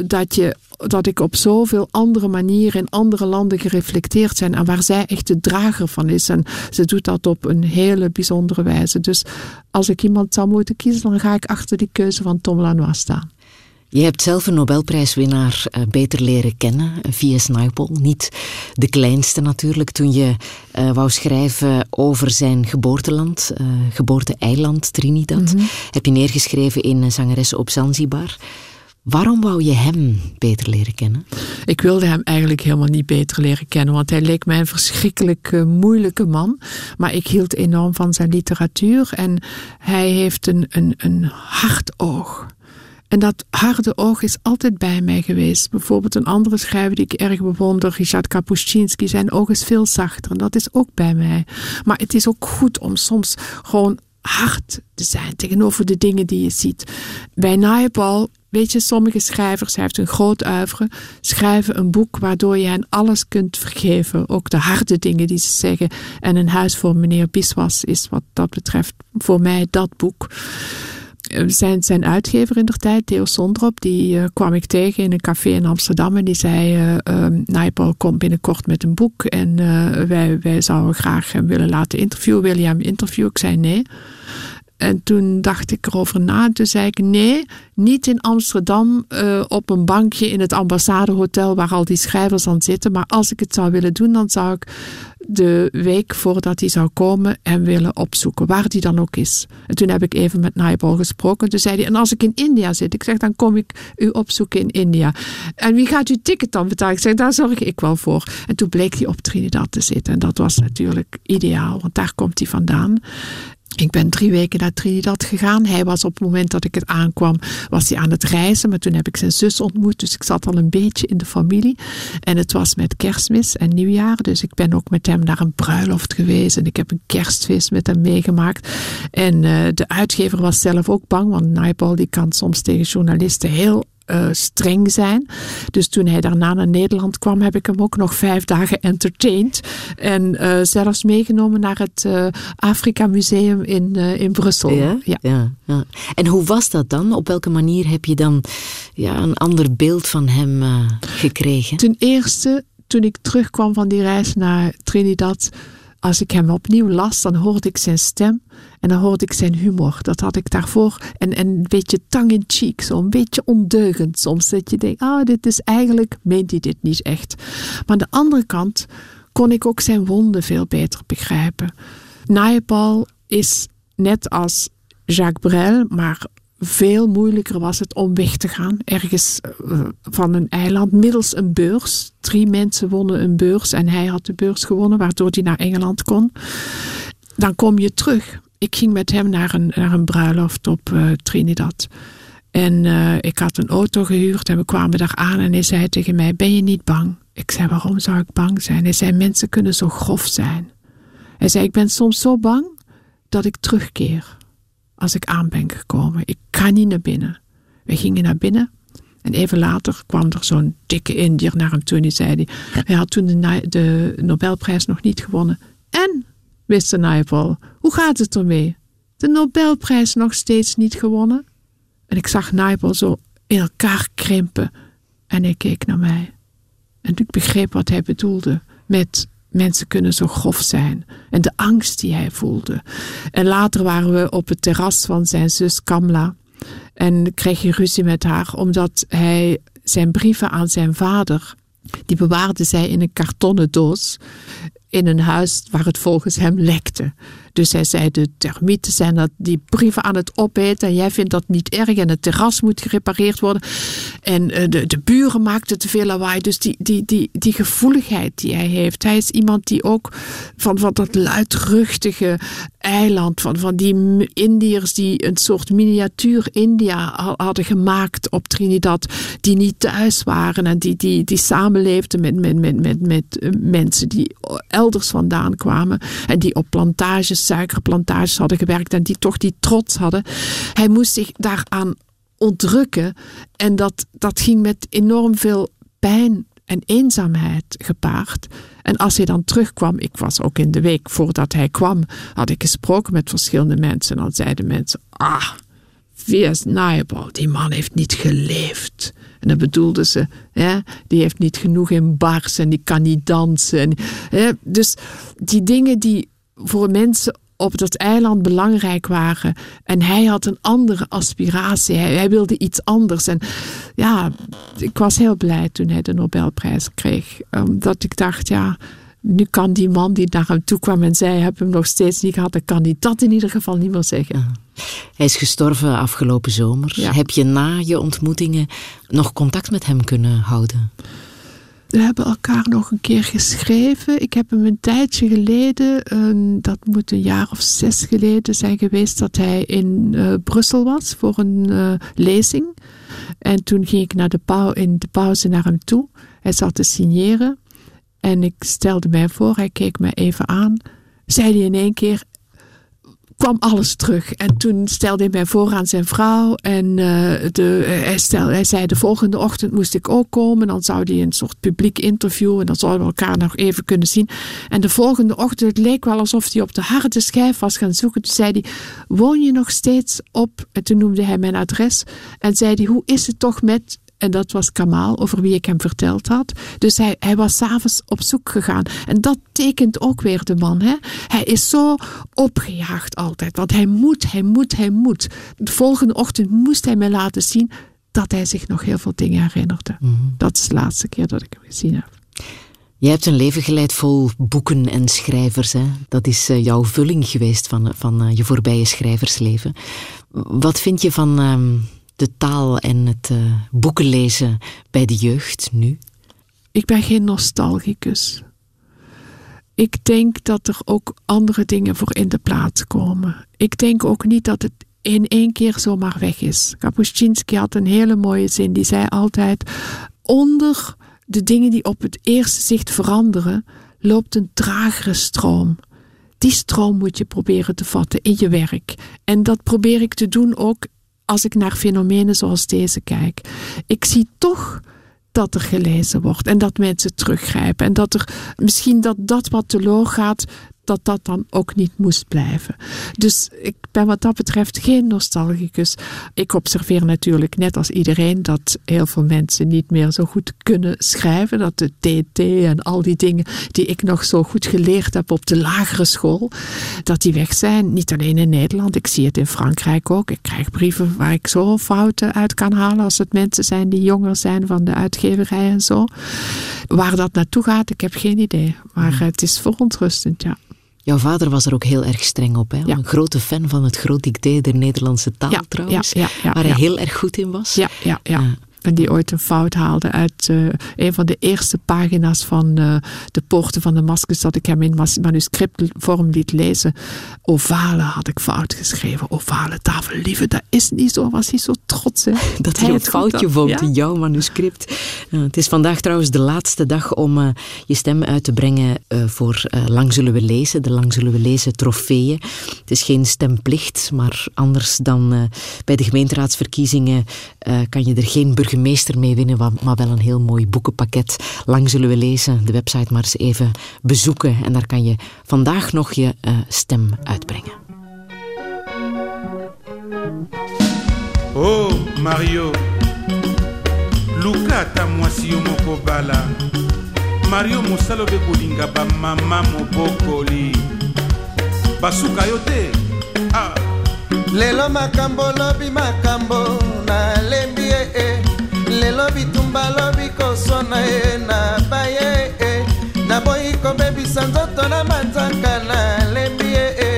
dat ik op zoveel andere manieren in andere landen gereflecteerd zijn en waar zij echt de drager van is. En ze doet dat op een hele bijzondere wijze. Dus als ik iemand zou moeten kiezen, dan ga ik achter die keuze van Tom Lanois staan. Je hebt zelf een Nobelprijswinnaar beter leren kennen, V.S. Naipaul. Niet de kleinste natuurlijk, toen je wou schrijven over zijn geboorteland, geboorte-eiland Trinidad. Mm-hmm. Heb je neergeschreven in Zangeres op Zanzibar. Waarom wou je hem beter leren kennen? Ik wilde hem eigenlijk helemaal niet beter leren kennen, want hij leek mij een verschrikkelijk moeilijke man. Maar ik hield enorm van zijn literatuur en hij heeft een hard oog. En dat harde oog is altijd bij mij geweest. Bijvoorbeeld een andere schrijver die ik erg bewonder, Richard Kapuscinski, zijn oog is veel zachter. En dat is ook bij mij. Maar het is ook goed om soms gewoon hard te zijn tegenover de dingen die je ziet. Bij Naipaul, weet je, sommige schrijvers, hij heeft een groot oeuvre, schrijven een boek waardoor je hen alles kunt vergeven. Ook de harde dingen die ze zeggen. En Een huis voor meneer Biswas is wat dat betreft voor mij dat boek. Zijn uitgever in der tijd, Theo Sondrop, die kwam ik tegen in een café in Amsterdam en die zei, Naipaul komt binnenkort met een boek en wij zouden graag hem willen laten interviewen. Wil je hem interviewen? Ik zei nee. En toen dacht ik erover na en toen zei ik nee, niet in Amsterdam op een bankje in het ambassadehotel waar al die schrijvers aan zitten, maar als ik het zou willen doen, dan zou ik de week voordat hij zou komen hem willen opzoeken, waar hij dan ook is. En toen heb ik even met Naipaul gesproken. Toen zei hij, en als ik in India zit, ik zeg, dan kom ik u opzoeken in India. En wie gaat uw ticket dan betalen? Ik zeg, daar zorg ik wel voor. En toen bleek hij op Trinidad te zitten. En dat was natuurlijk ideaal, want daar komt hij vandaan. Ik ben 3 weken naar Trinidad gegaan. Hij was op het moment dat ik het aankwam, was hij aan het reizen. Maar toen heb ik zijn zus ontmoet. Dus ik zat al een beetje in de familie. En het was met Kerstmis en Nieuwjaar. Dus ik ben ook met hem naar een bruiloft geweest. En ik heb een kerstfeest met hem meegemaakt. En de uitgever was zelf ook bang. Want Naipaul die kan soms tegen journalisten heel streng zijn. Dus toen hij daarna naar Nederland kwam, heb ik hem ook nog 5 dagen entertained. En zelfs meegenomen naar het Afrika Museum in Brussel. Ja. En hoe was dat dan? Op welke manier heb je dan een ander beeld van hem gekregen? Ten eerste, toen ik terugkwam van die reis naar Trinidad, als ik hem opnieuw las, dan hoorde ik zijn stem en dan hoorde ik zijn humor. Dat had ik daarvoor. En een beetje tongue-in-cheek, zo een beetje ondeugend soms. Dat je denkt, dit is eigenlijk, meent hij dit niet echt. Maar aan de andere kant kon ik ook zijn wonden veel beter begrijpen. Naipaul is net als Jacques Brel, maar veel moeilijker was het om weg te gaan. Ergens van een eiland, middels een beurs. 3 mensen wonnen een beurs en hij had de beurs gewonnen, waardoor hij naar Engeland kon. Dan kom je terug. Ik ging met hem naar een bruiloft op Trinidad. En ik had een auto gehuurd en we kwamen daar aan en hij zei tegen mij, ben je niet bang? Ik zei, waarom zou ik bang zijn? Hij zei, mensen kunnen zo grof zijn. Hij zei, ik ben soms zo bang dat ik terugkeer. Als ik aan ben gekomen. Ik ga niet naar binnen. We gingen naar binnen. En even later kwam er zo'n dikke Indiër naar hem toe. En die zei, hij had toen de Nobelprijs nog niet gewonnen. En, Mr. Naipaul, hoe gaat het ermee? De Nobelprijs nog steeds niet gewonnen? En ik zag Naipaul zo in elkaar krimpen. En hij keek naar mij. En ik begreep wat hij bedoelde met mensen kunnen zo grof zijn. En de angst die hij voelde. En later waren we op het terras van zijn zus Kamla. En kreeg hij ruzie met haar omdat hij zijn brieven aan zijn vader, die bewaarde zij in een kartonnen doos in een huis waar het volgens hem lekte. Dus hij zei, de termieten zijn dat die brieven aan het opeten en jij vindt dat niet erg en het terras moet gerepareerd worden. En de buren maakten te veel lawaai. Dus die gevoeligheid die hij heeft. Hij is iemand die ook van dat luidruchtige eiland, van die Indiërs die een soort miniatuur India hadden gemaakt op Trinidad, die niet thuis waren en die samenleefden met mensen die elders vandaan kwamen en die op plantages, suikerplantages hadden gewerkt en die toch die trots hadden. Hij moest zich daaraan ontrukken en dat ging met enorm veel pijn en eenzaamheid gepaard. En als hij dan terugkwam, ik was ook in de week voordat hij kwam, had ik gesproken met verschillende mensen en dan zeiden mensen, V.S. Naipaul, die man heeft niet geleefd. En dan bedoelden ze, die heeft niet genoeg in bars en die kan niet dansen. Dus die dingen die voor mensen op dat eiland belangrijk waren. En hij had een andere aspiratie. Hij wilde iets anders. En ja, ik was heel blij toen hij de Nobelprijs kreeg. Dat ik dacht, nu kan die man die naar hem toe kwam en zei, heb hem nog steeds niet gehad, dan kan hij dat in ieder geval niet meer zeggen. Hij is gestorven afgelopen zomer. Ja. Heb je na je ontmoetingen nog contact met hem kunnen houden? We hebben elkaar nog een keer geschreven. Ik heb hem een tijdje geleden, dat moet een jaar of 6 geleden zijn geweest, dat hij in Brussel was voor een lezing. En toen ging ik in de pauze naar hem toe. Hij zat te signeren. En ik stelde mij voor, hij keek me even aan. Zei hij in één keer, kwam alles terug. En toen stelde hij mij voor aan zijn vrouw. En hij zei, de volgende ochtend moest ik ook komen. Dan zou hij een soort publiek interview. En dan zouden we elkaar nog even kunnen zien. En de volgende ochtend, het leek wel alsof hij op de harde schijf was gaan zoeken. Toen zei hij, woon je nog steeds op? En toen noemde hij mijn adres. En zei hij, hoe is het toch met... En dat was Kamal, over wie ik hem verteld had. Dus hij was 's avonds op zoek gegaan. En dat tekent ook weer de man. Hè? Hij is zo opgejaagd altijd. Want hij moet. De volgende ochtend moest hij mij laten zien dat hij zich nog heel veel dingen herinnerde. Mm-hmm. Dat is de laatste keer dat ik hem gezien heb. Je hebt een leven geleid vol boeken en schrijvers. Hè? Dat is jouw vulling geweest van je voorbije schrijversleven. Wat vind je van... de taal en het boekenlezen bij de jeugd nu? Ik ben geen nostalgicus. Ik denk dat er ook andere dingen voor in de plaats komen. Ik denk ook niet dat het in één keer zomaar weg is. Kapuscinski had een hele mooie zin. Die zei altijd, onder de dingen die op het eerste zicht veranderen, loopt een tragere stroom. Die stroom moet je proberen te vatten in je werk. En dat probeer ik te doen ook als ik naar fenomenen zoals deze kijk. Ik zie toch dat er gelezen wordt en dat mensen teruggrijpen. En dat er misschien dat wat teloor gaat, dat dan ook niet moest blijven. Dus ik ben wat dat betreft geen nostalgicus. Ik observeer natuurlijk net als iedereen dat heel veel mensen niet meer zo goed kunnen schrijven. Dat de TT en al die dingen die ik nog zo goed geleerd heb op de lagere school, dat die weg zijn. Niet alleen in Nederland, ik zie het in Frankrijk ook. Ik krijg brieven waar ik zo fouten uit kan halen als het mensen zijn die jonger zijn van de uitgeverij en zo. Waar dat naartoe gaat, ik heb geen idee. Maar het is verontrustend, ja. Jouw vader was er ook heel erg streng op. Hè? Ja. Een grote fan van het Groot Dicté der Nederlandse taal trouwens. Waar hij heel erg goed in was. Ja. En die ooit een fout haalde uit een van de eerste pagina's van de Poorten van Damascus, dat ik hem in manuscriptvorm liet lezen. Ovale had ik fout geschreven. Ovale tafel, lieve, dat is niet zo. Was hij zo trots. Hè? Dat hij een foutje vond in jouw manuscript. Het is vandaag trouwens de laatste dag om je stem uit te brengen voor Lang Zullen We Lezen. De Lang Zullen We Lezen trofeeën. Het is geen stemplicht, maar anders dan bij de gemeenteraadsverkiezingen kan je er geen burgemeester mee winnen, maar wel een heel mooi boekenpakket. Lang Zullen We Lezen, de website maar eens even bezoeken en daar kan je vandaag nog je stem uitbrengen. Oh Mario, Luka ta mwasi moko bala, Mario mosalo be kolinga ba mama mobokoli basuka yo te ah. Lelo makambo lobi makambo na lembi lelo bitumba lobi kosona na baye na boyi kobebisa nzoto na manzaka na lembi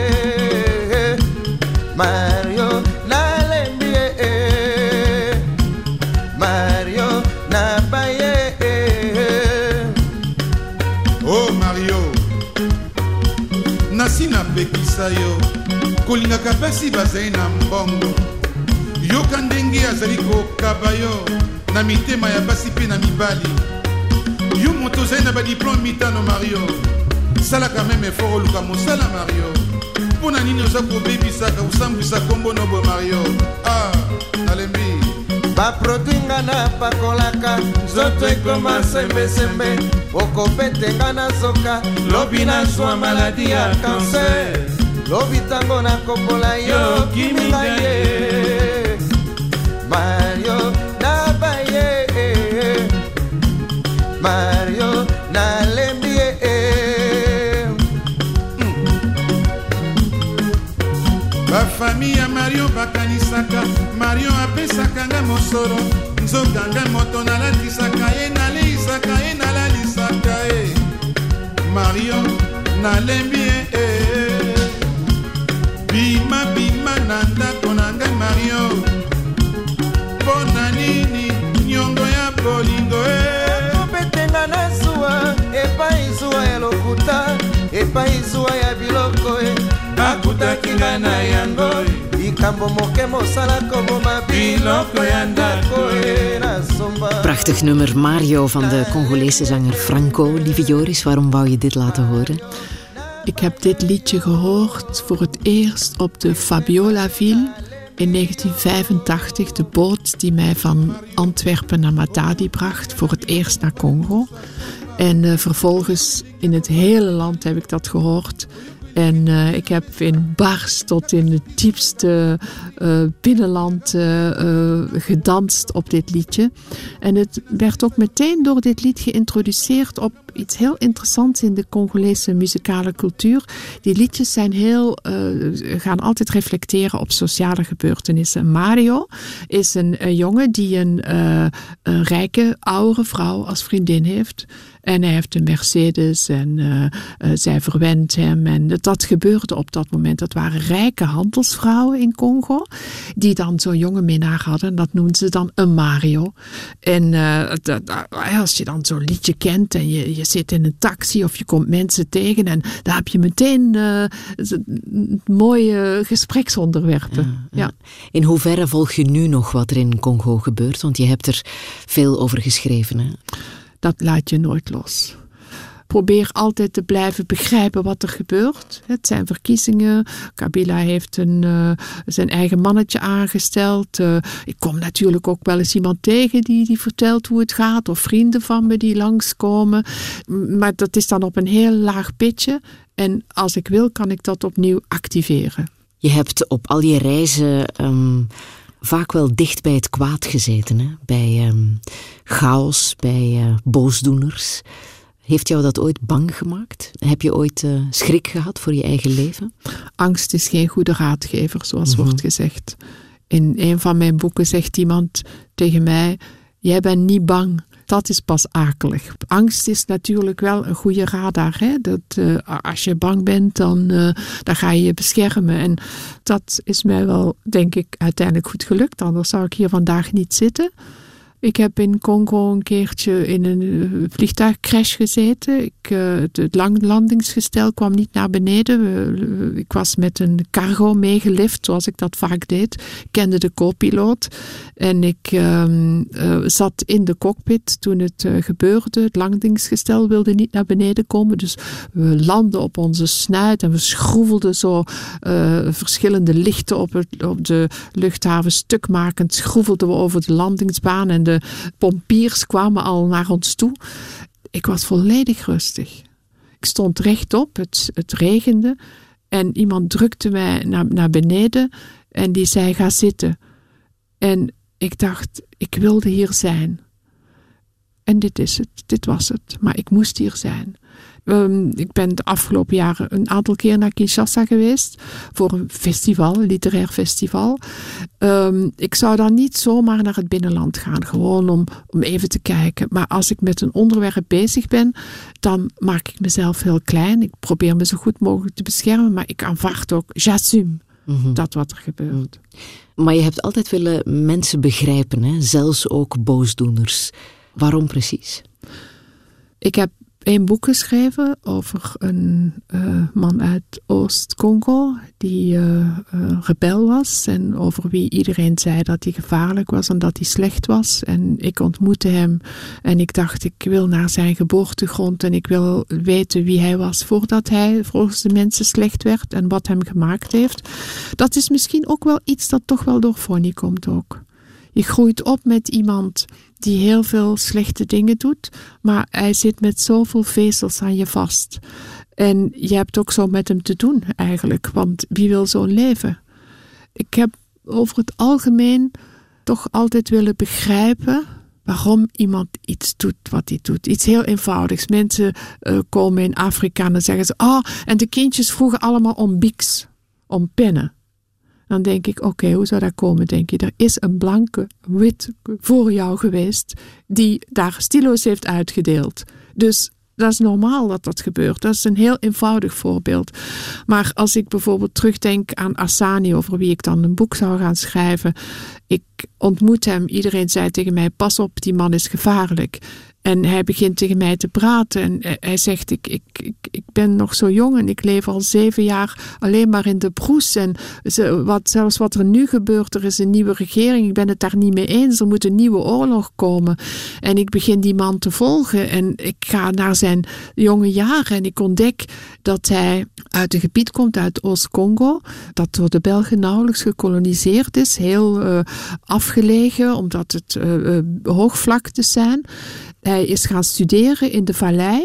Mario na lembi Mario na baye oh Mario nasi napekisa yo kolingaka pasi bazali na mbongo yoka ndenge azali kokaba yo na mitema ya basi mpe na mibali yo moto ozali na badiplome mitano Mario salaka meme effort oluka mosala Mario mpo na nini oza kobebisaka osambwisa kombo nobo Mario ah nalembi baproduit nga napakolaka nzoto ekoma sembesembe okopetenga na zoka lobi nazwa maladi ya kanser lobi tango nakopola yo kiminga ye Mario na baye Mario na lembi bafamille ya Mario bakanisaka Mario apesaka nga mosolo nzoka nga moto nalatisaka ye naleisaka ye nalalisaka ye Mario nalembi bima bima na ndako na ngai Mario mpona nini nyongo ya bolingo kopetenga na zuwa epai zuwa ya lokuta epai zuwa ya biloko akutaki nga na yango likambo moke mosala koboma biloko ya ndako na somba. Prachtig nummer Mario van de Congolese zanger Franco. Lieve Joris, waarom wou je dit laten horen? Ik heb dit liedje gehoord voor het eerst op de Fabiola-Ville in 1985. De boot die mij van Antwerpen naar Matadi bracht, voor het eerst naar Congo. En vervolgens in het hele land heb ik dat gehoord. En ik heb in bars tot in het diepste binnenland gedanst op dit liedje. En het werd ook meteen door dit lied geïntroduceerd op iets heel interessants in de Congolese muzikale cultuur. Die liedjes zijn gaan altijd reflecteren op sociale gebeurtenissen. Mario is een jongen die een rijke, oudere vrouw als vriendin heeft. En hij heeft een Mercedes en zij verwendt hem. En dat gebeurde op dat moment. Dat waren rijke handelsvrouwen in Congo die dan zo'n jonge minnaar hadden. Dat noemden ze dan een Mario. En als je dan zo'n liedje kent en je zit in een taxi of je komt mensen tegen en daar heb je meteen mooie gespreksonderwerpen. Ja. In hoeverre volg je nu nog wat er in Congo gebeurt? Want je hebt er veel over geschreven, hè? Dat laat je nooit los. Probeer altijd te blijven begrijpen wat er gebeurt. Het zijn verkiezingen. Kabila heeft zijn eigen mannetje aangesteld. Ik kom natuurlijk ook wel eens iemand tegen die vertelt hoe het gaat. Of vrienden van me die langskomen. Maar dat is dan op een heel laag pitje. En als ik wil, kan ik dat opnieuw activeren. Je hebt op al je reizen vaak wel dicht bij het kwaad gezeten. Hè? Bij chaos, bij boosdoeners. Heeft jou dat ooit bang gemaakt? Heb je ooit schrik gehad voor je eigen leven? Angst is geen goede raadgever, zoals wordt gezegd. In een van mijn boeken zegt iemand tegen mij: jij bent niet bang. Dat is pas akelig. Angst is natuurlijk wel een goede radar. Hè? Als je bang bent, dan ga je je beschermen. En dat is mij wel, denk ik, uiteindelijk goed gelukt. Anders zou ik hier vandaag niet zitten. Ik heb in Congo een keertje in een vliegtuigcrash gezeten. Het landingsgestel kwam niet naar beneden. Ik was met een cargo meegelift, zoals ik dat vaak deed. Ik kende de co-piloot. En ik zat in de cockpit toen het gebeurde. Het landingsgestel wilde niet naar beneden komen. Dus we landden op onze snuit en we schroevelden zo verschillende lichten op de luchthaven stukmakend. Schroevelden we over de landingsbaan en de pompiers kwamen al naar ons toe. Ik was volledig rustig. Ik stond rechtop, het regende en iemand drukte mij naar beneden en die zei: ga zitten. En ik dacht, ik wilde hier zijn. En dit is het, dit was het. Maar ik moest hier zijn. Ik ben de afgelopen jaren een aantal keer naar Kinshasa geweest. Voor een festival, een literair festival. Ik zou dan niet zomaar naar het binnenland gaan. Gewoon om even te kijken. Maar als ik met een onderwerp bezig ben, dan maak ik mezelf heel klein. Ik probeer me zo goed mogelijk te beschermen. Maar ik aanvaard ook, j'assume, dat wat er gebeurt. Maar je hebt altijd willen mensen begrijpen, hè? Zelfs ook boosdoeners. Waarom precies? Ik heb 1 boek geschreven over een man uit Oost-Congo die rebel was en over wie iedereen zei dat hij gevaarlijk was en dat hij slecht was. En ik ontmoette hem en ik dacht, ik wil naar zijn geboortegrond en ik wil weten wie hij was voordat hij volgens de mensen slecht werd en wat hem gemaakt heeft. Dat is misschien ook wel iets dat toch wel door Fonny komt ook. Je groeit op met iemand die heel veel slechte dingen doet, maar hij zit met zoveel vezels aan je vast. En je hebt ook zo met hem te doen eigenlijk, want wie wil zo'n leven? Ik heb over het algemeen toch altijd willen begrijpen waarom iemand iets doet wat hij doet. Iets heel eenvoudigs. Mensen komen in Afrika en dan zeggen ze, en de kindjes vroegen allemaal om bics, om pennen. Dan denk ik, oké, hoe zou dat komen, denk je? Er is een blanke wit voor jou geweest die daar stilo's heeft uitgedeeld. Dus dat is normaal dat dat gebeurt. Dat is een heel eenvoudig voorbeeld. Maar als ik bijvoorbeeld terugdenk aan Asani, over wie ik dan een boek zou gaan schrijven. Ik ontmoet hem, iedereen zei tegen mij, pas op, die man is gevaarlijk. En hij begint tegen mij te praten en hij zegt, ik ben nog zo jong en ik leef al 7 jaar alleen maar in de broes. En zelfs wat er nu gebeurt, er is een nieuwe regering, ik ben het daar niet mee eens, er moet een nieuwe oorlog komen. En ik begin die man te volgen en ik ga naar zijn jonge jaren en ik ontdek dat hij uit een gebied komt, uit Oost-Congo, dat door de Belgen nauwelijks gekoloniseerd is, heel afgelegen, omdat het hoogvlaktes zijn. Hij is gaan studeren in de vallei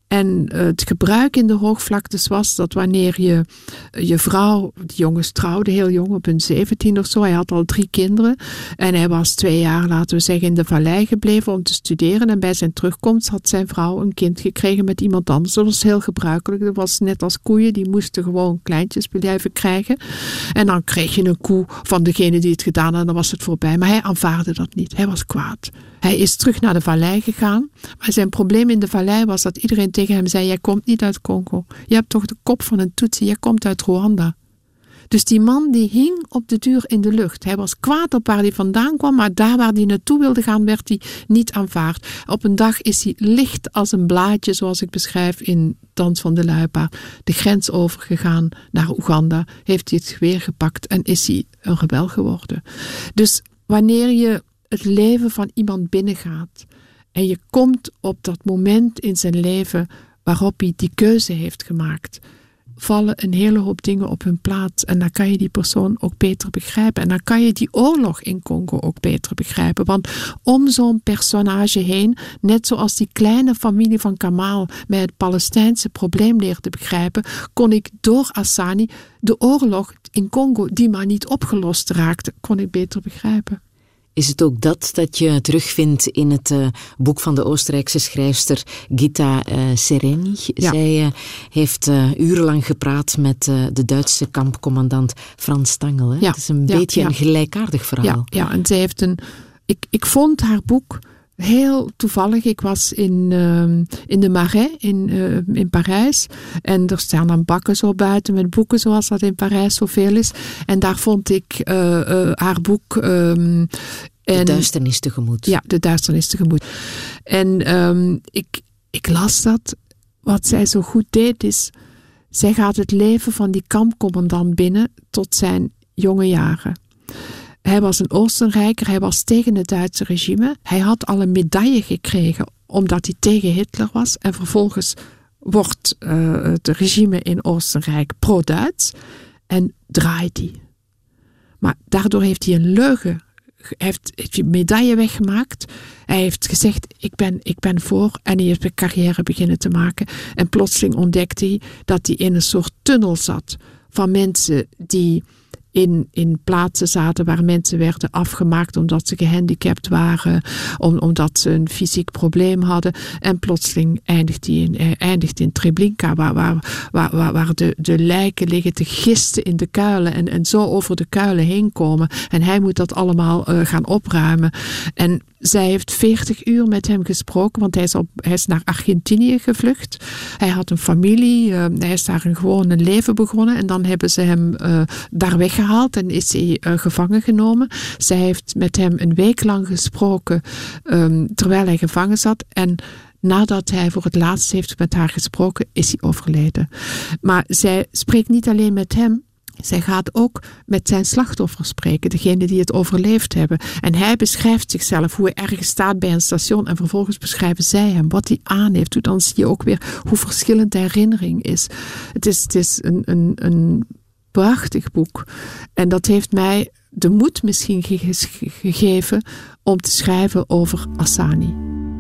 en het gebruik in de hoogvlaktes was dat wanneer je vrouw, die jongens trouwde heel jong, op hun 17 of zo, hij had al 3 kinderen en hij was 2 jaar, laten we zeggen, in de vallei gebleven om te studeren en bij zijn terugkomst had zijn vrouw een kind gekregen met iemand anders. Dat was heel gebruikelijk, dat was net als koeien, die moesten gewoon kleintjes blijven krijgen en dan kreeg je een koe van degene die het gedaan had en dan was het voorbij, maar hij aanvaarde dat niet, hij was kwaad. Hij is terug naar de vallei gegaan, maar zijn probleem in de vallei was dat iedereen tegen hem zei, jij komt niet uit Congo. Je hebt toch de kop van een Tutsi, jij komt uit Rwanda. Dus die man die hing op de duur in de lucht. Hij was kwaad op waar hij vandaan kwam, maar daar waar hij naartoe wilde gaan, werd hij niet aanvaard. Op een dag is hij licht als een blaadje, zoals ik beschrijf in Dans van de Luipaard, de grens overgegaan naar Oeganda, heeft hij het geweer gepakt en is hij een rebel geworden. Dus wanneer je het leven van iemand binnengaat en je komt op dat moment in zijn leven waarop hij die keuze heeft gemaakt, vallen een hele hoop dingen op hun plaats en dan kan je die persoon ook beter begrijpen en dan kan je die oorlog in Congo ook beter begrijpen, want om zo'n personage heen, net zoals die kleine familie van Kamal mij het Palestijnse probleem leerde begrijpen, kon ik door Asani de oorlog in Congo, die maar niet opgelost raakte, kon ik beter begrijpen. Is het ook dat je terugvindt in het boek van de Oostenrijkse schrijfster Gitta Sereny? Ja. Zij heeft urenlang gepraat met de Duitse kampcommandant Frans Stangl. Hè? Ja. Het is een beetje een gelijkaardig verhaal. Ja, en zij heeft ik vond haar boek heel toevallig. Ik was in de Marais in Parijs. En er staan dan bakken zo buiten met boeken zoals dat in Parijs zoveel is. En daar vond ik haar boek. De duisternis tegemoet. Ja, de duisternis tegemoet. En ik las dat. Wat zij zo goed deed is, zij gaat het leven van die kampcommandant binnen tot zijn jonge jaren. Hij was een Oostenrijker, hij was tegen het Duitse regime. Hij had al een medaille gekregen omdat hij tegen Hitler was. En vervolgens wordt het regime in Oostenrijk pro-Duits en draait hij. Maar daardoor heeft hij een leugen. Hij heeft een medaille weggemaakt. Hij heeft gezegd, ik ben voor. En hij heeft een carrière beginnen te maken. En plotseling ontdekte hij dat hij in een soort tunnel zat van mensen die in plaatsen zaten waar mensen werden afgemaakt omdat ze gehandicapt waren, omdat ze een fysiek probleem hadden. En plotseling eindigt in Treblinka, waar de lijken liggen te gisten in de kuilen en zo over de kuilen heen komen. En hij moet dat allemaal gaan opruimen. En zij heeft 40 uur met hem gesproken, want hij is naar Argentinië gevlucht. Hij had een familie, hij is daar gewoon een leven begonnen en dan hebben ze hem daar weggehaald en is hij gevangen genomen. Zij heeft met hem een week lang gesproken terwijl hij gevangen zat en nadat hij voor het laatst heeft met haar gesproken, is hij overleden. Maar zij spreekt niet alleen met hem, zij gaat ook met zijn slachtoffers spreken, degenen die het overleefd hebben. En hij beschrijft zichzelf, hoe hij ergens staat bij een station en vervolgens beschrijven zij hem, wat hij aan heeft. Dan zie je ook weer hoe verschillend de herinnering is. Het is een prachtig boek. En dat heeft mij de moed misschien gegeven om te schrijven over Asani.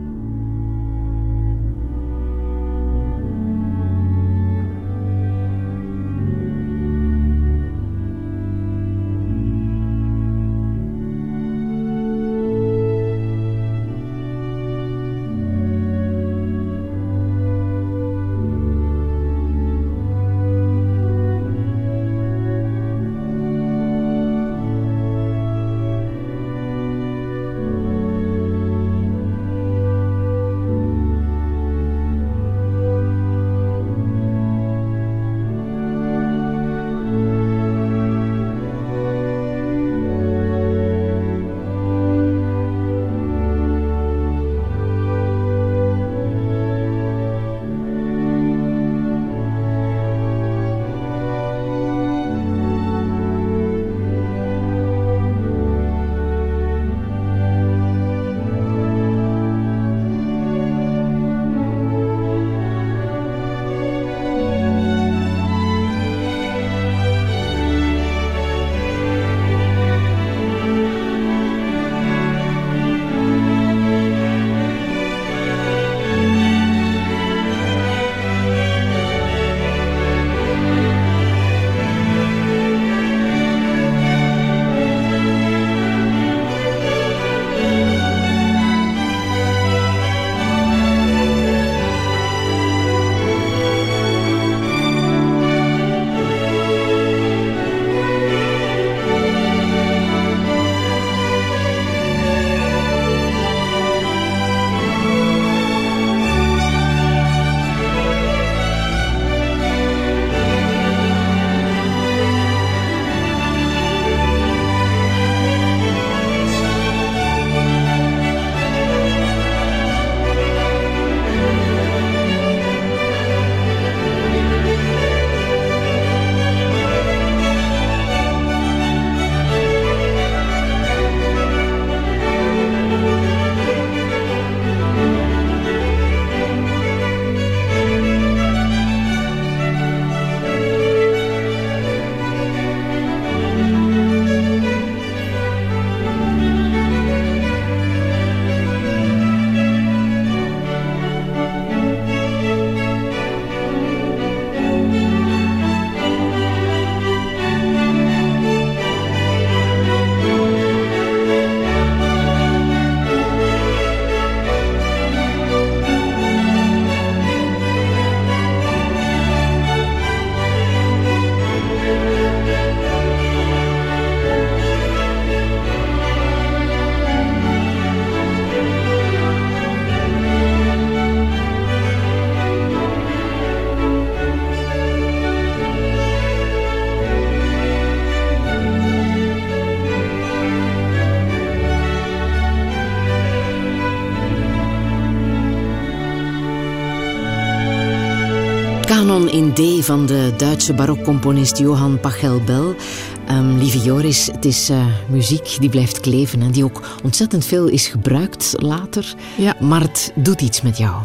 Kanon in D van de Duitse barokcomponist Johann Pachelbel. Lieve Joris, het is muziek die blijft kleven en die ook ontzettend veel is gebruikt later. Ja. Maar het doet iets met jou.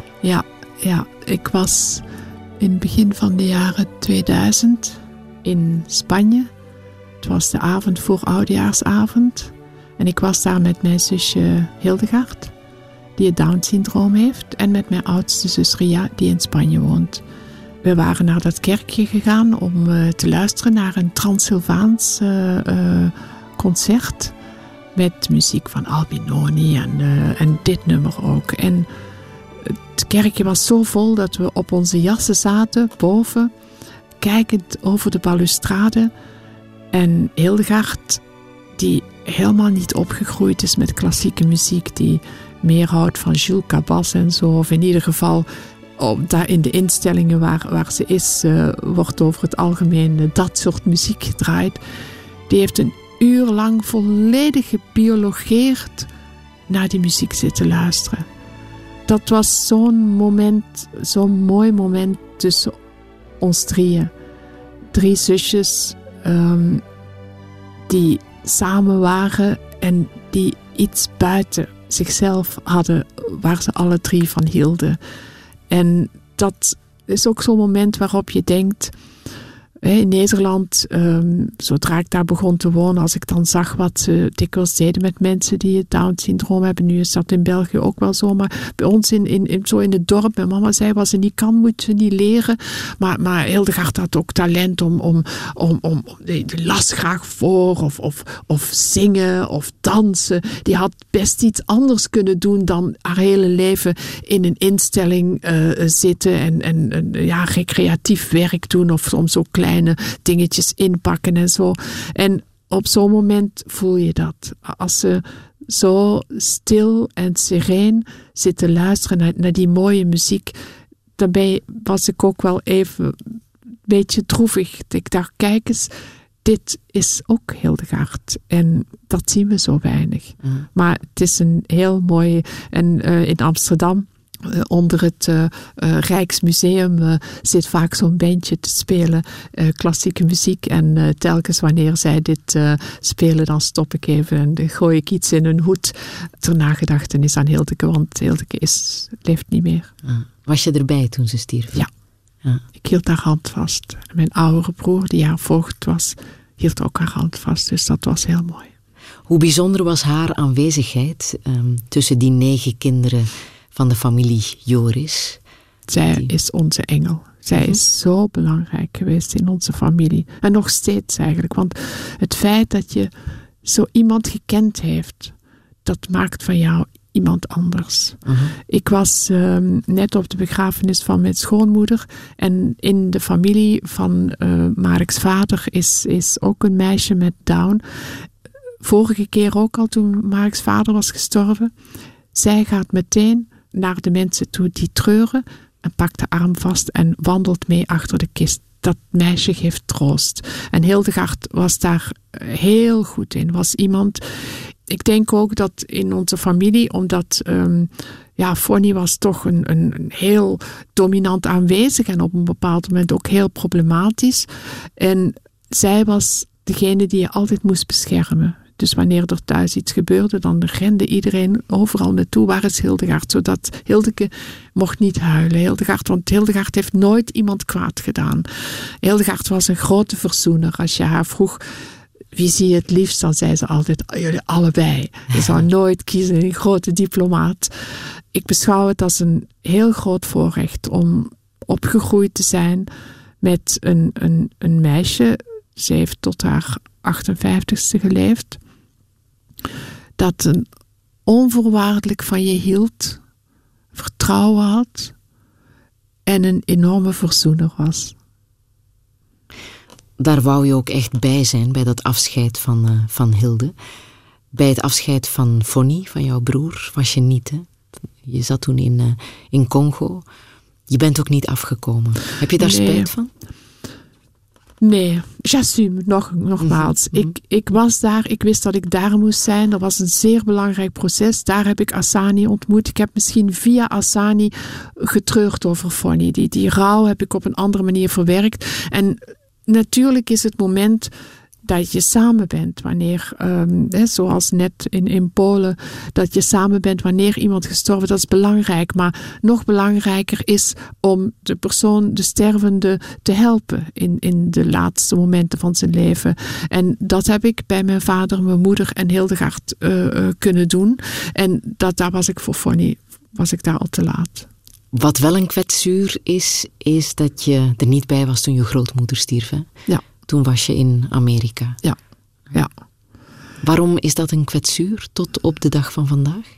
Ja, ik was in het begin van de jaren 2000 in Spanje. Het was de avond voor oudejaarsavond. En ik was daar met mijn zusje Hildegard, die het Down-syndroom heeft. En met mijn oudste zus Ria, die in Spanje woont. We waren naar dat kerkje gegaan om te luisteren naar een Transylvaans concert. Met muziek van Albinoni en dit nummer ook. En het kerkje was zo vol dat we op onze jassen zaten, boven, kijkend over de balustrade. En Hildegard, die helemaal niet opgegroeid is met klassieke muziek, die meer houdt van Jules Cabas en zo, of in ieder geval daar in de instellingen waar ze is, wordt over het algemeen dat soort muziek gedraaid. Die heeft een uur lang volledig gebiologeerd naar die muziek zitten luisteren. Dat was zo'n mooi moment tussen ons drieën. 3 zusjes die samen waren en die iets buiten zichzelf hadden waar ze alle 3 van hielden. En dat is ook zo'n moment waarop je denkt, in Nederland, zodra ik daar begon te wonen, als ik dan zag wat ze dikwijls deden met mensen die het Down-syndroom hebben. Nu is dat in België ook wel zo, maar bij ons zo in het dorp, mijn mama zei, wat ze niet kan, moet ze niet leren. Maar Hildegard had ook talent om die las graag voor, of zingen, of dansen. Die had best iets anders kunnen doen dan haar hele leven in een instelling zitten en recreatief werk doen, of soms zo kleine dingetjes inpakken en zo. En op zo'n moment voel je dat. Als ze zo stil en sereen zit te luisteren naar die mooie muziek, daarbij was ik ook wel even een beetje droevig. Ik dacht, kijk eens, dit is ook Hildegard. En dat zien we zo weinig. Mm. Maar het is een heel mooi. En in Amsterdam, onder het Rijksmuseum, zit vaak zo'n bandje te spelen, klassieke muziek. En telkens wanneer zij dit spelen, dan stop ik even en gooi ik iets in hun hoed ter nagedachtenis aan Hildeke, want Hildeke leeft niet meer. Was je erbij toen ze stierf? Ja. Ik hield haar hand vast. Mijn oudere broer, die haar voogd was, hield ook haar hand vast. Dus dat was heel mooi. Hoe bijzonder was haar aanwezigheid tussen die 9 kinderen van de familie Joris? Zij is onze engel. Zij is zo belangrijk geweest in onze familie. En nog steeds eigenlijk. Want het feit dat je zo iemand gekend heeft, dat maakt van jou iemand anders. Ik was net op de begrafenis van mijn schoonmoeder. En in de familie van Mark's vader is ook een meisje met Down. Vorige keer ook al, toen Mark's vader was gestorven. Zij gaat meteen naar de mensen toe die treuren en pakt de arm vast en wandelt mee achter de kist. Dat meisje geeft troost. En Hildegard was daar heel goed in. Was iemand. Ik denk ook dat in onze familie, omdat Fonny was toch een heel dominant aanwezig en op een bepaald moment ook heel problematisch. En zij was degene die je altijd moest beschermen. Dus wanneer er thuis iets gebeurde, dan rende iedereen overal naartoe. Waar is Hildegard? Zodat Hildeke mocht niet huilen. Want Hildegard heeft nooit iemand kwaad gedaan. Hildegard was een grote verzoener. Als je haar vroeg, wie zie je het liefst? Dan zei ze altijd, jullie allebei. Je zou nooit kiezen, een grote diplomaat. Ik beschouw het als een heel groot voorrecht om opgegroeid te zijn met een meisje. Ze heeft tot haar 58ste geleefd. Dat een onvoorwaardelijk van je hield, vertrouwen had en een enorme verzoener was. Daar wou je ook echt bij zijn, bij dat afscheid van Hilde. Bij het afscheid van Fonny, van jouw broer, was je niet, hè? Je zat toen in Congo. Je bent ook niet afgekomen. Heb je daar spijt van? Nee, j'assume, nogmaals. Ik was daar, ik wist dat ik daar moest zijn. Dat was een zeer belangrijk proces. Daar heb ik Asani ontmoet. Ik heb misschien via Asani getreurd over Fonny. Die rouw heb ik op een andere manier verwerkt. En natuurlijk is het moment dat je samen bent wanneer, zoals net in Polen, dat je samen bent wanneer iemand gestorven, dat is belangrijk. Maar nog belangrijker is om de persoon, de stervende, te helpen in de laatste momenten van zijn leven. En dat heb ik bij mijn vader, mijn moeder en Hildegard kunnen doen. En daar was ik voor Fonny, was ik daar al te laat. Wat wel een kwetsuur is dat je er niet bij was toen je grootmoeder stierf. Hè? Ja. Toen was je in Amerika. Ja. Waarom is dat een kwetsuur tot op de dag van vandaag?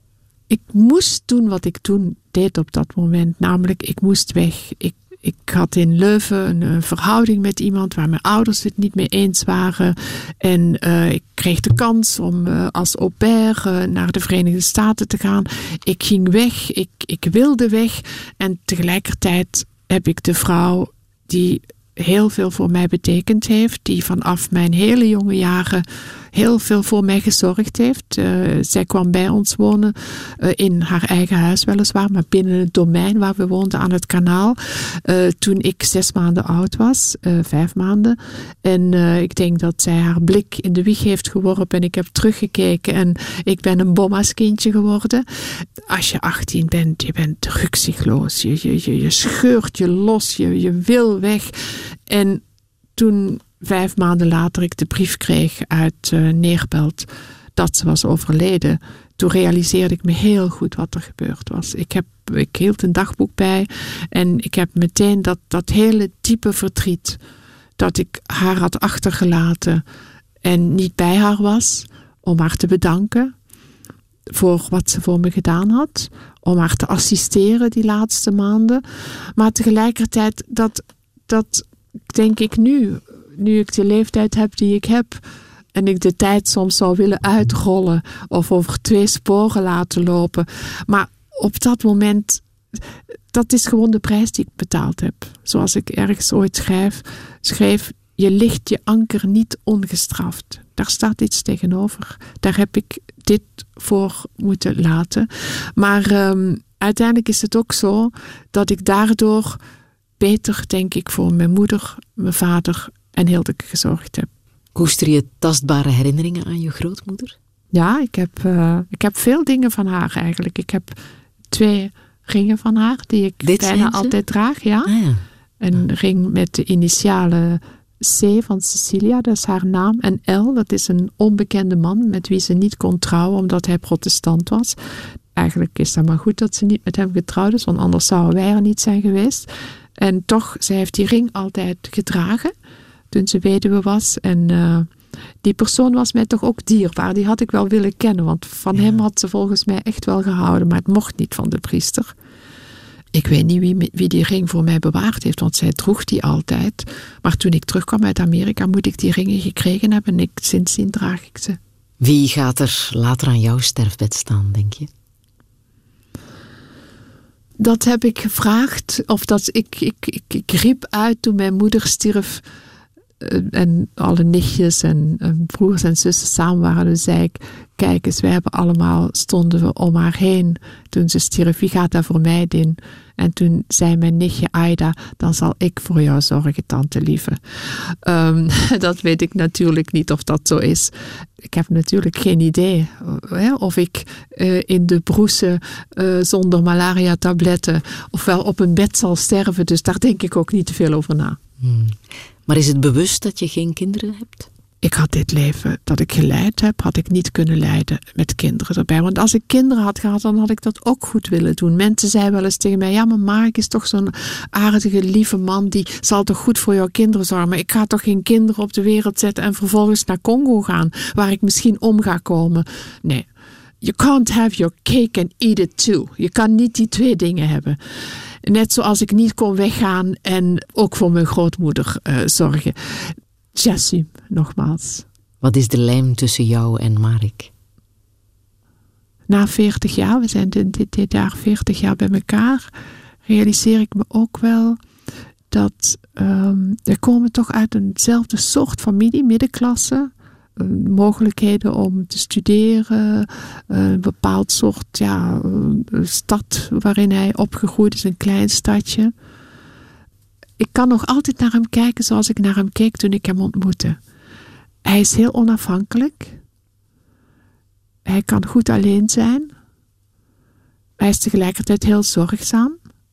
Ik moest doen wat ik toen deed op dat moment. Namelijk, ik moest weg. Ik had in Leuven een verhouding met iemand waar mijn ouders het niet mee eens waren. En ik kreeg de kans om als au pair naar de Verenigde Staten te gaan. Ik ging weg, ik wilde weg. En tegelijkertijd heb ik de vrouw die heel veel voor mij betekend heeft. Die vanaf mijn hele jonge jaren heel veel voor mij gezorgd heeft. Zij kwam bij ons wonen in haar eigen huis weliswaar, maar binnen het domein waar we woonden aan het kanaal. Toen ik 6 maanden oud was, 5 maanden. En ik denk dat zij haar blik in de wieg heeft geworpen en ik heb teruggekeken en ik ben een bomma's kindje geworden. Als je 18 bent, je bent rukzichtloos. Je scheurt je los, je wil weg. En toen 5 maanden later ik de brief kreeg uit Neerpelt dat ze was overleden, toen realiseerde ik me heel goed wat er gebeurd was. Ik hield een dagboek bij en ik heb meteen dat hele diepe verdriet dat ik haar had achtergelaten en niet bij haar was, om haar te bedanken voor wat ze voor me gedaan had, om haar te assisteren die laatste maanden. Maar tegelijkertijd dat denk ik nu ik de leeftijd heb die ik heb en ik de tijd soms zou willen uitrollen of over 2 sporen laten lopen. Maar op dat moment, dat is gewoon de prijs die ik betaald heb. Zoals ik ergens ooit schreef, je licht je anker niet ongestraft. Daar staat iets tegenover. Daar heb ik dit voor moeten laten. Maar uiteindelijk is het ook zo dat ik daardoor beter, denk ik, voor mijn moeder, mijn vader en Hildeke gezorgd heb. Koester je tastbare herinneringen aan je grootmoeder? Ja, ik heb veel dingen van haar eigenlijk. Ik heb 2 ringen van haar die ik bijna altijd draag. Ja. Ah, ja. Een ring met de initialen C van Cecilia, dat is haar naam. En L, dat is een onbekende man met wie ze niet kon trouwen omdat hij protestant was. Eigenlijk is dat maar goed dat ze niet met hem getrouwd is, want anders zouden wij er niet zijn geweest. En toch, zij heeft die ring altijd gedragen toen ze weduwe was. En die persoon was mij toch ook dierbaar. Die had ik wel willen kennen, want van hem had ze volgens mij echt wel gehouden. Maar het mocht niet van de priester. Ik weet niet wie die ring voor mij bewaard heeft, want zij droeg die altijd. Maar toen ik terugkwam uit Amerika, moet ik die ringen gekregen hebben. En sindsdien draag ik ze. Wie gaat er later aan jouw sterfbed staan, denk je? Dat heb ik gevraagd. Of dat ik riep uit toen mijn moeder stierf. En alle nichtjes en broers en zussen samen waren. Dus zei ik, kijk eens, wij hebben allemaal, stonden we om haar heen toen ze stierf. Wie gaat daar voor mij in? En toen zei mijn nichtje Aida, dan zal ik voor jou zorgen, tante lieve. Dat weet ik natuurlijk niet of dat zo is. Ik heb natuurlijk geen idee of ik in de broesen zonder malaria-tabletten ofwel op een bed zal sterven. Dus daar denk ik ook niet te veel over na. Maar is het bewust dat je geen kinderen hebt? Ik had dit leven dat ik geleid heb, had ik niet kunnen leiden met kinderen erbij. Want als ik kinderen had gehad, dan had ik dat ook goed willen doen. Mensen zeiden wel eens tegen mij, ja, maar Mark is toch zo'n aardige, lieve man, die zal toch goed voor jouw kinderen zorgen. Maar ik ga toch geen kinderen op de wereld zetten en vervolgens naar Congo gaan, waar ik misschien om ga komen. Nee. You can't have your cake and eat it too. Je kan niet die 2 dingen hebben. Net zoals ik niet kon weggaan en ook voor mijn grootmoeder zorgen. J'assume, nogmaals. Wat is de lijm tussen jou en Mark? Na 40 jaar, we zijn dit jaar 40 jaar bij elkaar, realiseer ik me ook wel dat we komen toch uit eenzelfde soort familie, middenklasse. Mogelijkheden om te studeren, een bepaald soort stad waarin hij opgegroeid is, een klein stadje. Ik kan nog altijd naar hem kijken zoals ik naar hem keek toen ik hem ontmoette. Hij is heel onafhankelijk. Hij kan goed alleen zijn. Hij is tegelijkertijd heel zorgzaam.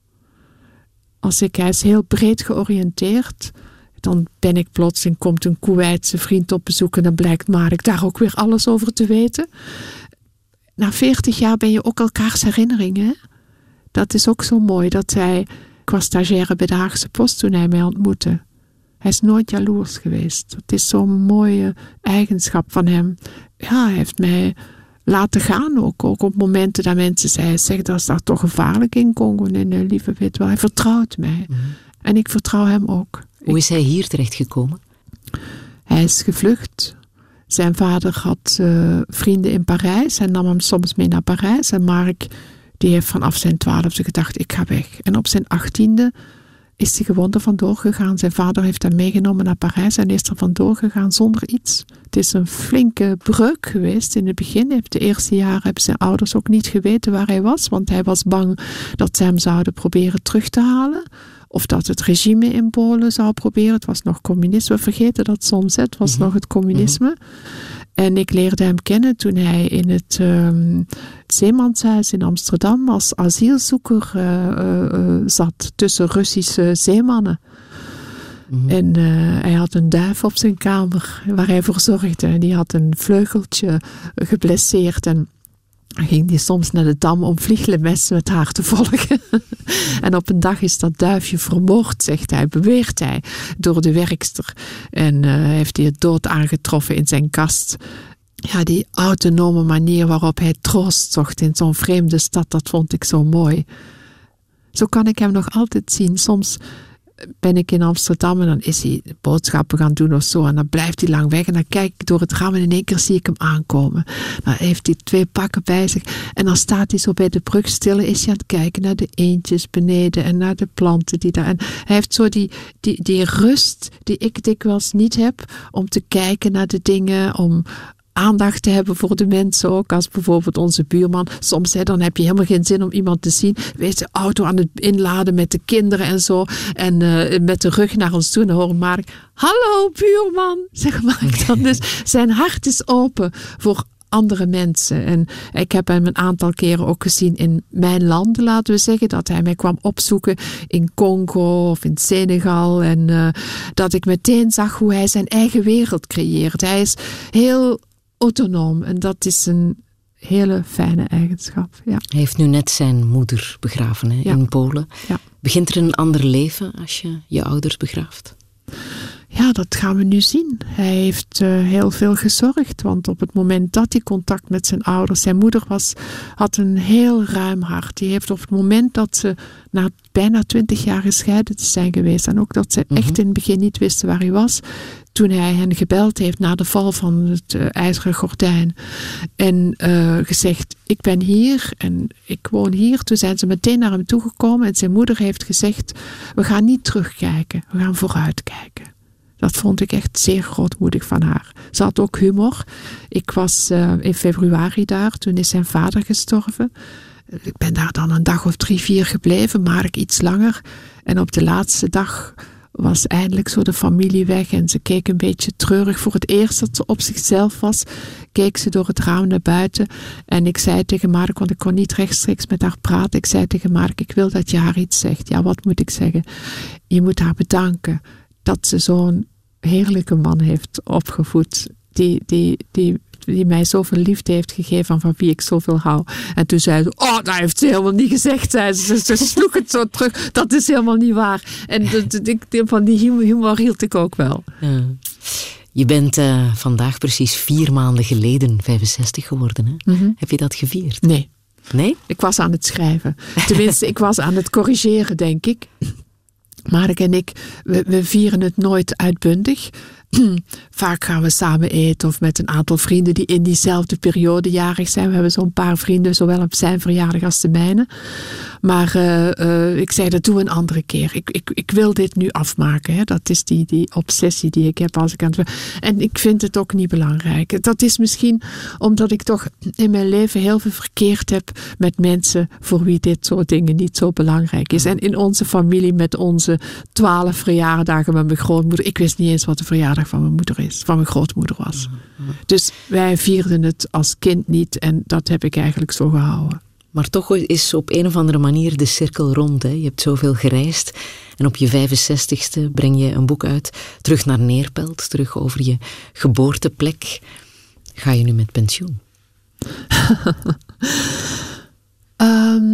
Hij is heel breed georiënteerd. Dan ben ik plots en komt een Koeweitse vriend op bezoek en dan blijkt Mark daar ook weer alles over te weten. Na 40 jaar ben je ook elkaars herinneringen. Dat is ook zo mooi. Ik was stagiaire bij de Haagse Post toen hij mij ontmoette. Hij is nooit jaloers geweest. Het is zo'n mooie eigenschap van hem. Ja, hij heeft mij laten gaan ook op momenten dat mensen zeggen dat is daar toch gevaarlijk in Congo. Nee, lieve weet wel. Hij vertrouwt mij. Mm-hmm. En ik vertrouw hem ook. Hoe is hij hier terechtgekomen? Hij is gevlucht. Zijn vader had vrienden in Parijs. Hij nam hem soms mee naar Parijs. En Mark, die heeft vanaf zijn 12e gedacht, ik ga weg. En op zijn 18e is hij gewoon er vandoor gegaan. Zijn vader heeft hem meegenomen naar Parijs en is er vandoor gegaan zonder iets. Het is een flinke breuk geweest in het begin. De eerste jaren hebben zijn ouders ook niet geweten waar hij was, want hij was bang dat ze hem zouden proberen terug te halen. Of dat het regime in Polen zou proberen. Het was nog communisme. We vergeten dat soms. Het was nog het communisme. En ik leerde hem kennen toen hij in het Zeemanshuis in Amsterdam als asielzoeker zat tussen Russische zeemannen. En hij had een duif op zijn kamer waar hij voor zorgde. En die had een vleugeltje geblesseerd en dan ging hij soms naar de dam om vlieglemessen met haar te volgen. En op een dag is dat duifje vermoord, zegt hij, beweert hij, door de werkster. En heeft hij het dood aangetroffen in zijn kast. Ja, die autonome manier waarop hij troost zocht in zo'n vreemde stad, dat vond ik zo mooi. Zo kan ik hem nog altijd zien. Soms ben ik in Amsterdam en dan is hij boodschappen gaan doen of zo. En dan blijft hij lang weg. En dan kijk ik door het raam en in één keer zie ik hem aankomen. Dan heeft hij 2 pakken bij zich. En dan staat hij zo bij de brug stil en is hij aan het kijken naar de eendjes beneden en naar de planten die daar. En hij heeft zo die rust die ik dikwijls niet heb om te kijken naar de dingen, om aandacht te hebben voor de mensen ook, als bijvoorbeeld onze buurman. Soms dan heb je helemaal geen zin om iemand te zien. Wees de auto aan het inladen met de kinderen en zo. En met de rug naar ons toe. En dan hoor Mark, hallo buurman, zeg Mark dan. Dus zijn hart is open voor andere mensen. En ik heb hem een aantal keren ook gezien in mijn landen, laten we zeggen, dat hij mij kwam opzoeken in Congo of in Senegal. En dat ik meteen zag hoe hij zijn eigen wereld creëert. Hij is heel autonoom en dat is een hele fijne eigenschap. Ja. Hij heeft nu net zijn moeder begraven in Polen. Ja. Begint er een ander leven als je je ouders begraaft? Ja, dat gaan we nu zien. Hij heeft heel veel gezorgd, want op het moment dat hij contact met zijn ouders, zijn moeder had een heel ruim hart. Die heeft op het moment dat ze na bijna 20 jaar gescheiden te zijn geweest, en ook dat ze echt in het begin niet wisten waar hij was, toen hij hen gebeld heeft na de val van het ijzeren gordijn en gezegd, ik ben hier en ik woon hier. Toen zijn ze meteen naar hem toegekomen en zijn moeder heeft gezegd, we gaan niet terugkijken, we gaan vooruitkijken. Dat vond ik echt zeer grootmoedig van haar. Ze had ook humor. Ik was in februari daar, toen is zijn vader gestorven. Ik ben daar dan een dag of 3, 4 gebleven, maar ik iets langer. En op de laatste dag was eindelijk zo de familie weg en ze keek een beetje treurig. Voor het eerst dat ze op zichzelf was, keek ze door het raam naar buiten. En ik zei tegen Mark, want ik kon niet rechtstreeks met haar praten. Ik zei tegen Mark, ik wil dat je haar iets zegt. Ja, wat moet ik zeggen? Je moet haar bedanken dat ze zo'n heerlijke man heeft opgevoed. Die mij zoveel liefde heeft gegeven en van wie ik zoveel hou. En toen zei ze, dat heeft ze helemaal niet gezegd. Ze sloeg het zo terug. Dat is helemaal niet waar. En van die humor hield ik ook wel. Ja. Je bent vandaag precies 4 maanden geleden 65 geworden. Hè? Mm-hmm. Heb je dat gevierd? Nee. Nee? Ik was aan het schrijven. Tenminste, ik was aan het corrigeren, denk ik. Mark en ik, we vieren het nooit uitbundig. Vaak gaan we samen eten of met een aantal vrienden die in diezelfde periode jarig zijn. We hebben zo'n paar vrienden, zowel op zijn verjaardag als de mijne. Maar ik zei, dat doen we een andere keer. Ik wil dit nu afmaken. Hè. Dat is die obsessie die ik heb als ik aan het... En ik vind het ook niet belangrijk. Dat is misschien omdat ik toch in mijn leven heel veel verkeerd heb met mensen voor wie dit soort dingen niet zo belangrijk is. En in onze familie met onze 12 verjaardagen met mijn grootmoeder. Ik wist niet eens wat de verjaardag van mijn moeder is, van mijn grootmoeder was. Dus wij vierden het als kind niet en dat heb ik eigenlijk zo gehouden. Maar toch is op een of andere manier de cirkel rond. Hè? Je hebt zoveel gereisd en op je 65ste breng je een boek uit. Terug naar Neerpelt, terug over je geboorteplek. Ga je nu met pensioen?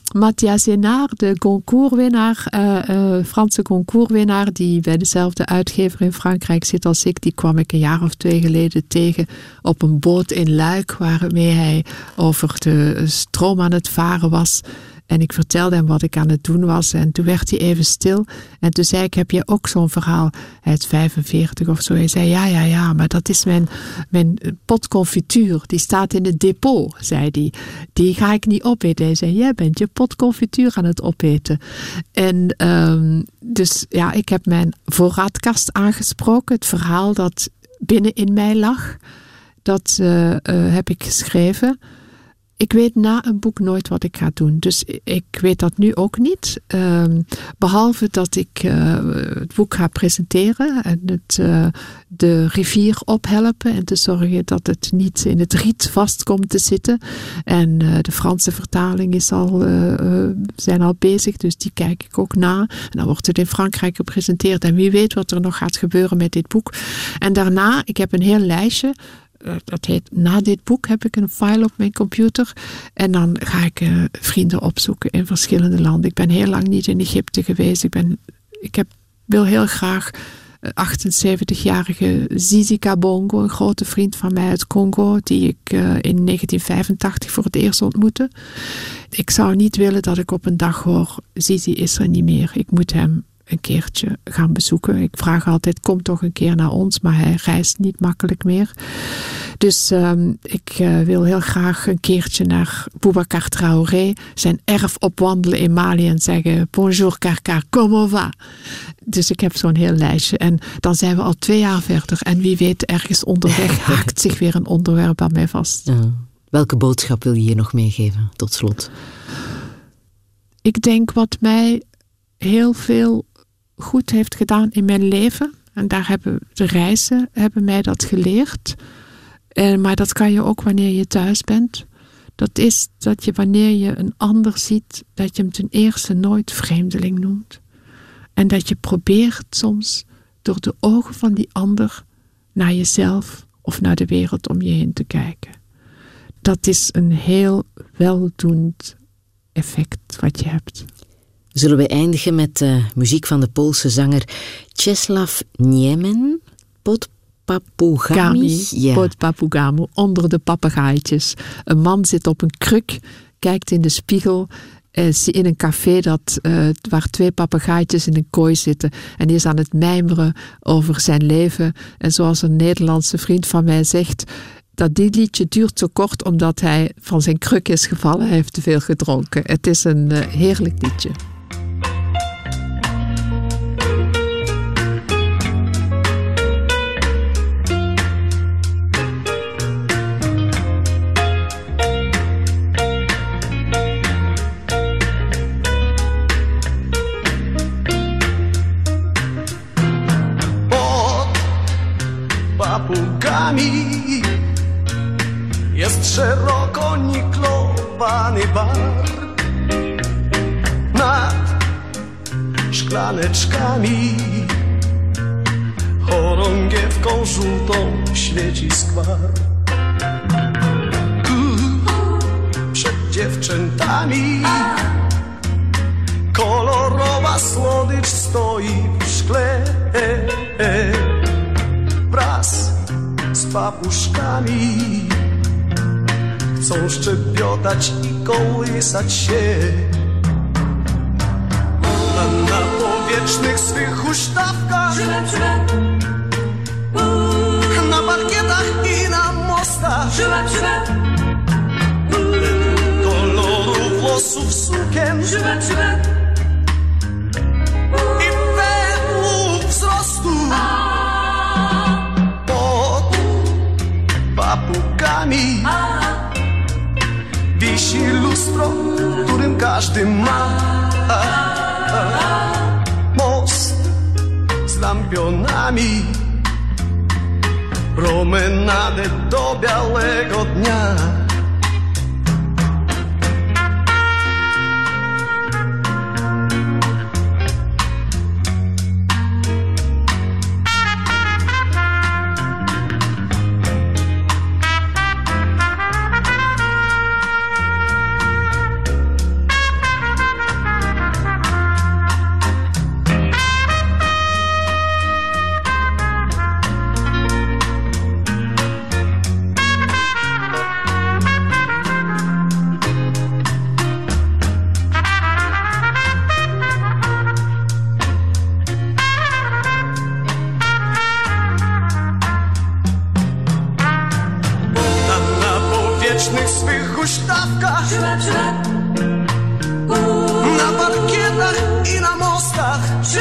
Matthias Hénard, de concours-winnaar, Franse concours-winnaar, die bij dezelfde uitgever in Frankrijk zit als ik, die kwam ik een jaar of 2 geleden tegen op een boot in Luik, waarmee hij over de stroom aan het varen was. En ik vertelde hem wat ik aan het doen was. En toen werd hij even stil. En toen zei ik, heb jij ook zo'n verhaal? Hij is 45 of zo. Hij zei, ja, maar dat is mijn pot confituur. Die staat in het depot, zei hij. Die ga ik niet opeten. Hij zei, jij bent je pot confituur aan het opeten. En dus ja, ik heb mijn voorraadkast aangesproken. Het verhaal dat binnenin mij lag. Dat heb ik geschreven. Ik weet na een boek nooit wat ik ga doen. Dus ik weet dat nu ook niet. Behalve dat ik het boek ga presenteren. En de rivier ophelpen. En te zorgen dat het niet in het riet vast komt te zitten. En de Franse vertaling zijn al bezig. Dus die kijk ik ook na. En dan wordt het in Frankrijk gepresenteerd. En wie weet wat er nog gaat gebeuren met dit boek. En daarna, ik heb een heel lijstje. Dat heet, na dit boek heb ik een file op mijn computer. En dan ga ik vrienden opzoeken in verschillende landen. Ik ben heel lang niet in Egypte geweest. Wil heel graag 78-jarige Zizi Kabongo, een grote vriend van mij uit Congo, die ik in 1985 voor het eerst ontmoette. Ik zou niet willen dat ik op een dag hoor, Zizi is er niet meer. Ik moet hem een keertje gaan bezoeken. Ik vraag altijd, kom toch een keer naar ons, maar hij reist niet makkelijk meer. Dus ik wil heel graag een keertje naar Boubacar Traoré, zijn erf opwandelen in Mali en zeggen, bonjour Karkar, comment va? Dus ik heb zo'n heel lijstje. En dan zijn we al 2 jaar verder. En wie weet, ergens onderweg haakt zich weer een onderwerp aan mij vast. Ja. Welke boodschap wil je hier nog meegeven, tot slot? Ik denk wat mij heel veel goed heeft gedaan in mijn leven. En daar hebben de reizen mij dat geleerd. Maar dat kan je ook wanneer je thuis bent. Dat is dat je wanneer je een ander ziet, dat je hem ten eerste nooit vreemdeling noemt. En dat je probeert soms door de ogen van die ander naar jezelf of naar de wereld om je heen te kijken. Dat is een heel weldoend effect wat je hebt. Zullen we eindigen met muziek van de Poolse zanger Czesław Niemen, Podpapugami. Ja. Podpapugami, onder de papegaaitjes. Een man zit op een kruk, kijkt in de spiegel in een café waar 2 papegaaitjes in een kooi zitten. En die is aan het mijmeren over zijn leven. En zoals een Nederlandse vriend van mij zegt, dat die liedje duurt zo kort omdat hij van zijn kruk is gevallen. Hij heeft te veel gedronken. Het is een heerlijk liedje. Jest szeroko niklowany bar. Nad szklaneczkami chorągiewką żółtą świeci skwar. Przed dziewczętami kolorowa słodycz stoi w szkle. Wraz z papuszkami chcą szczebiotać i kołysać się na powietrznych swych huśtawkach, na parkietach i na mostach, koloru włosów sukien i według wzrostu. Pod papugami wisi lustro, którym każdy ma most z lampionami, promenadę do białego dnia. huśtawkach, na parkietach i na mostach,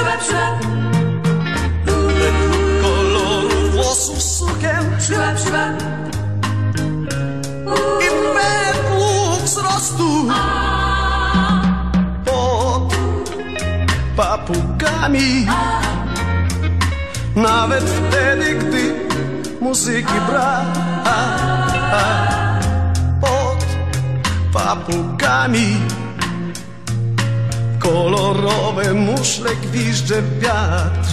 kolorów włosów sukien i według wzrostu pod papugami. Nawet wtedy, gdy muzyki brak, pod papugami kolorowe muszle gwizdże wiatr.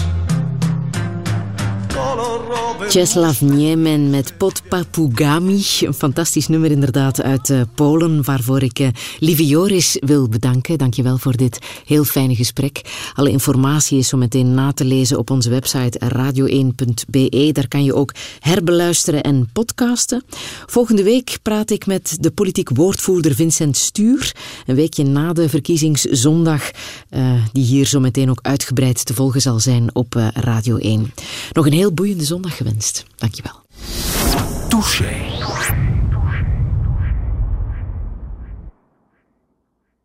Czesław Niemen met Pod Papugami. Een fantastisch nummer inderdaad uit Polen, waarvoor ik lieve Joris wil bedanken. Dank je wel voor dit heel fijne gesprek. Alle informatie is zo meteen na te lezen op onze website radio1.be. Daar kan je ook herbeluisteren en podcasten. Volgende week praat ik met de politiek woordvoerder Vincent Stuur. Een weekje na de verkiezingszondag, die hier zo meteen ook uitgebreid te volgen zal zijn op Radio 1. Nog een heel boeiende zondag gewenst. Dank je wel. Touché.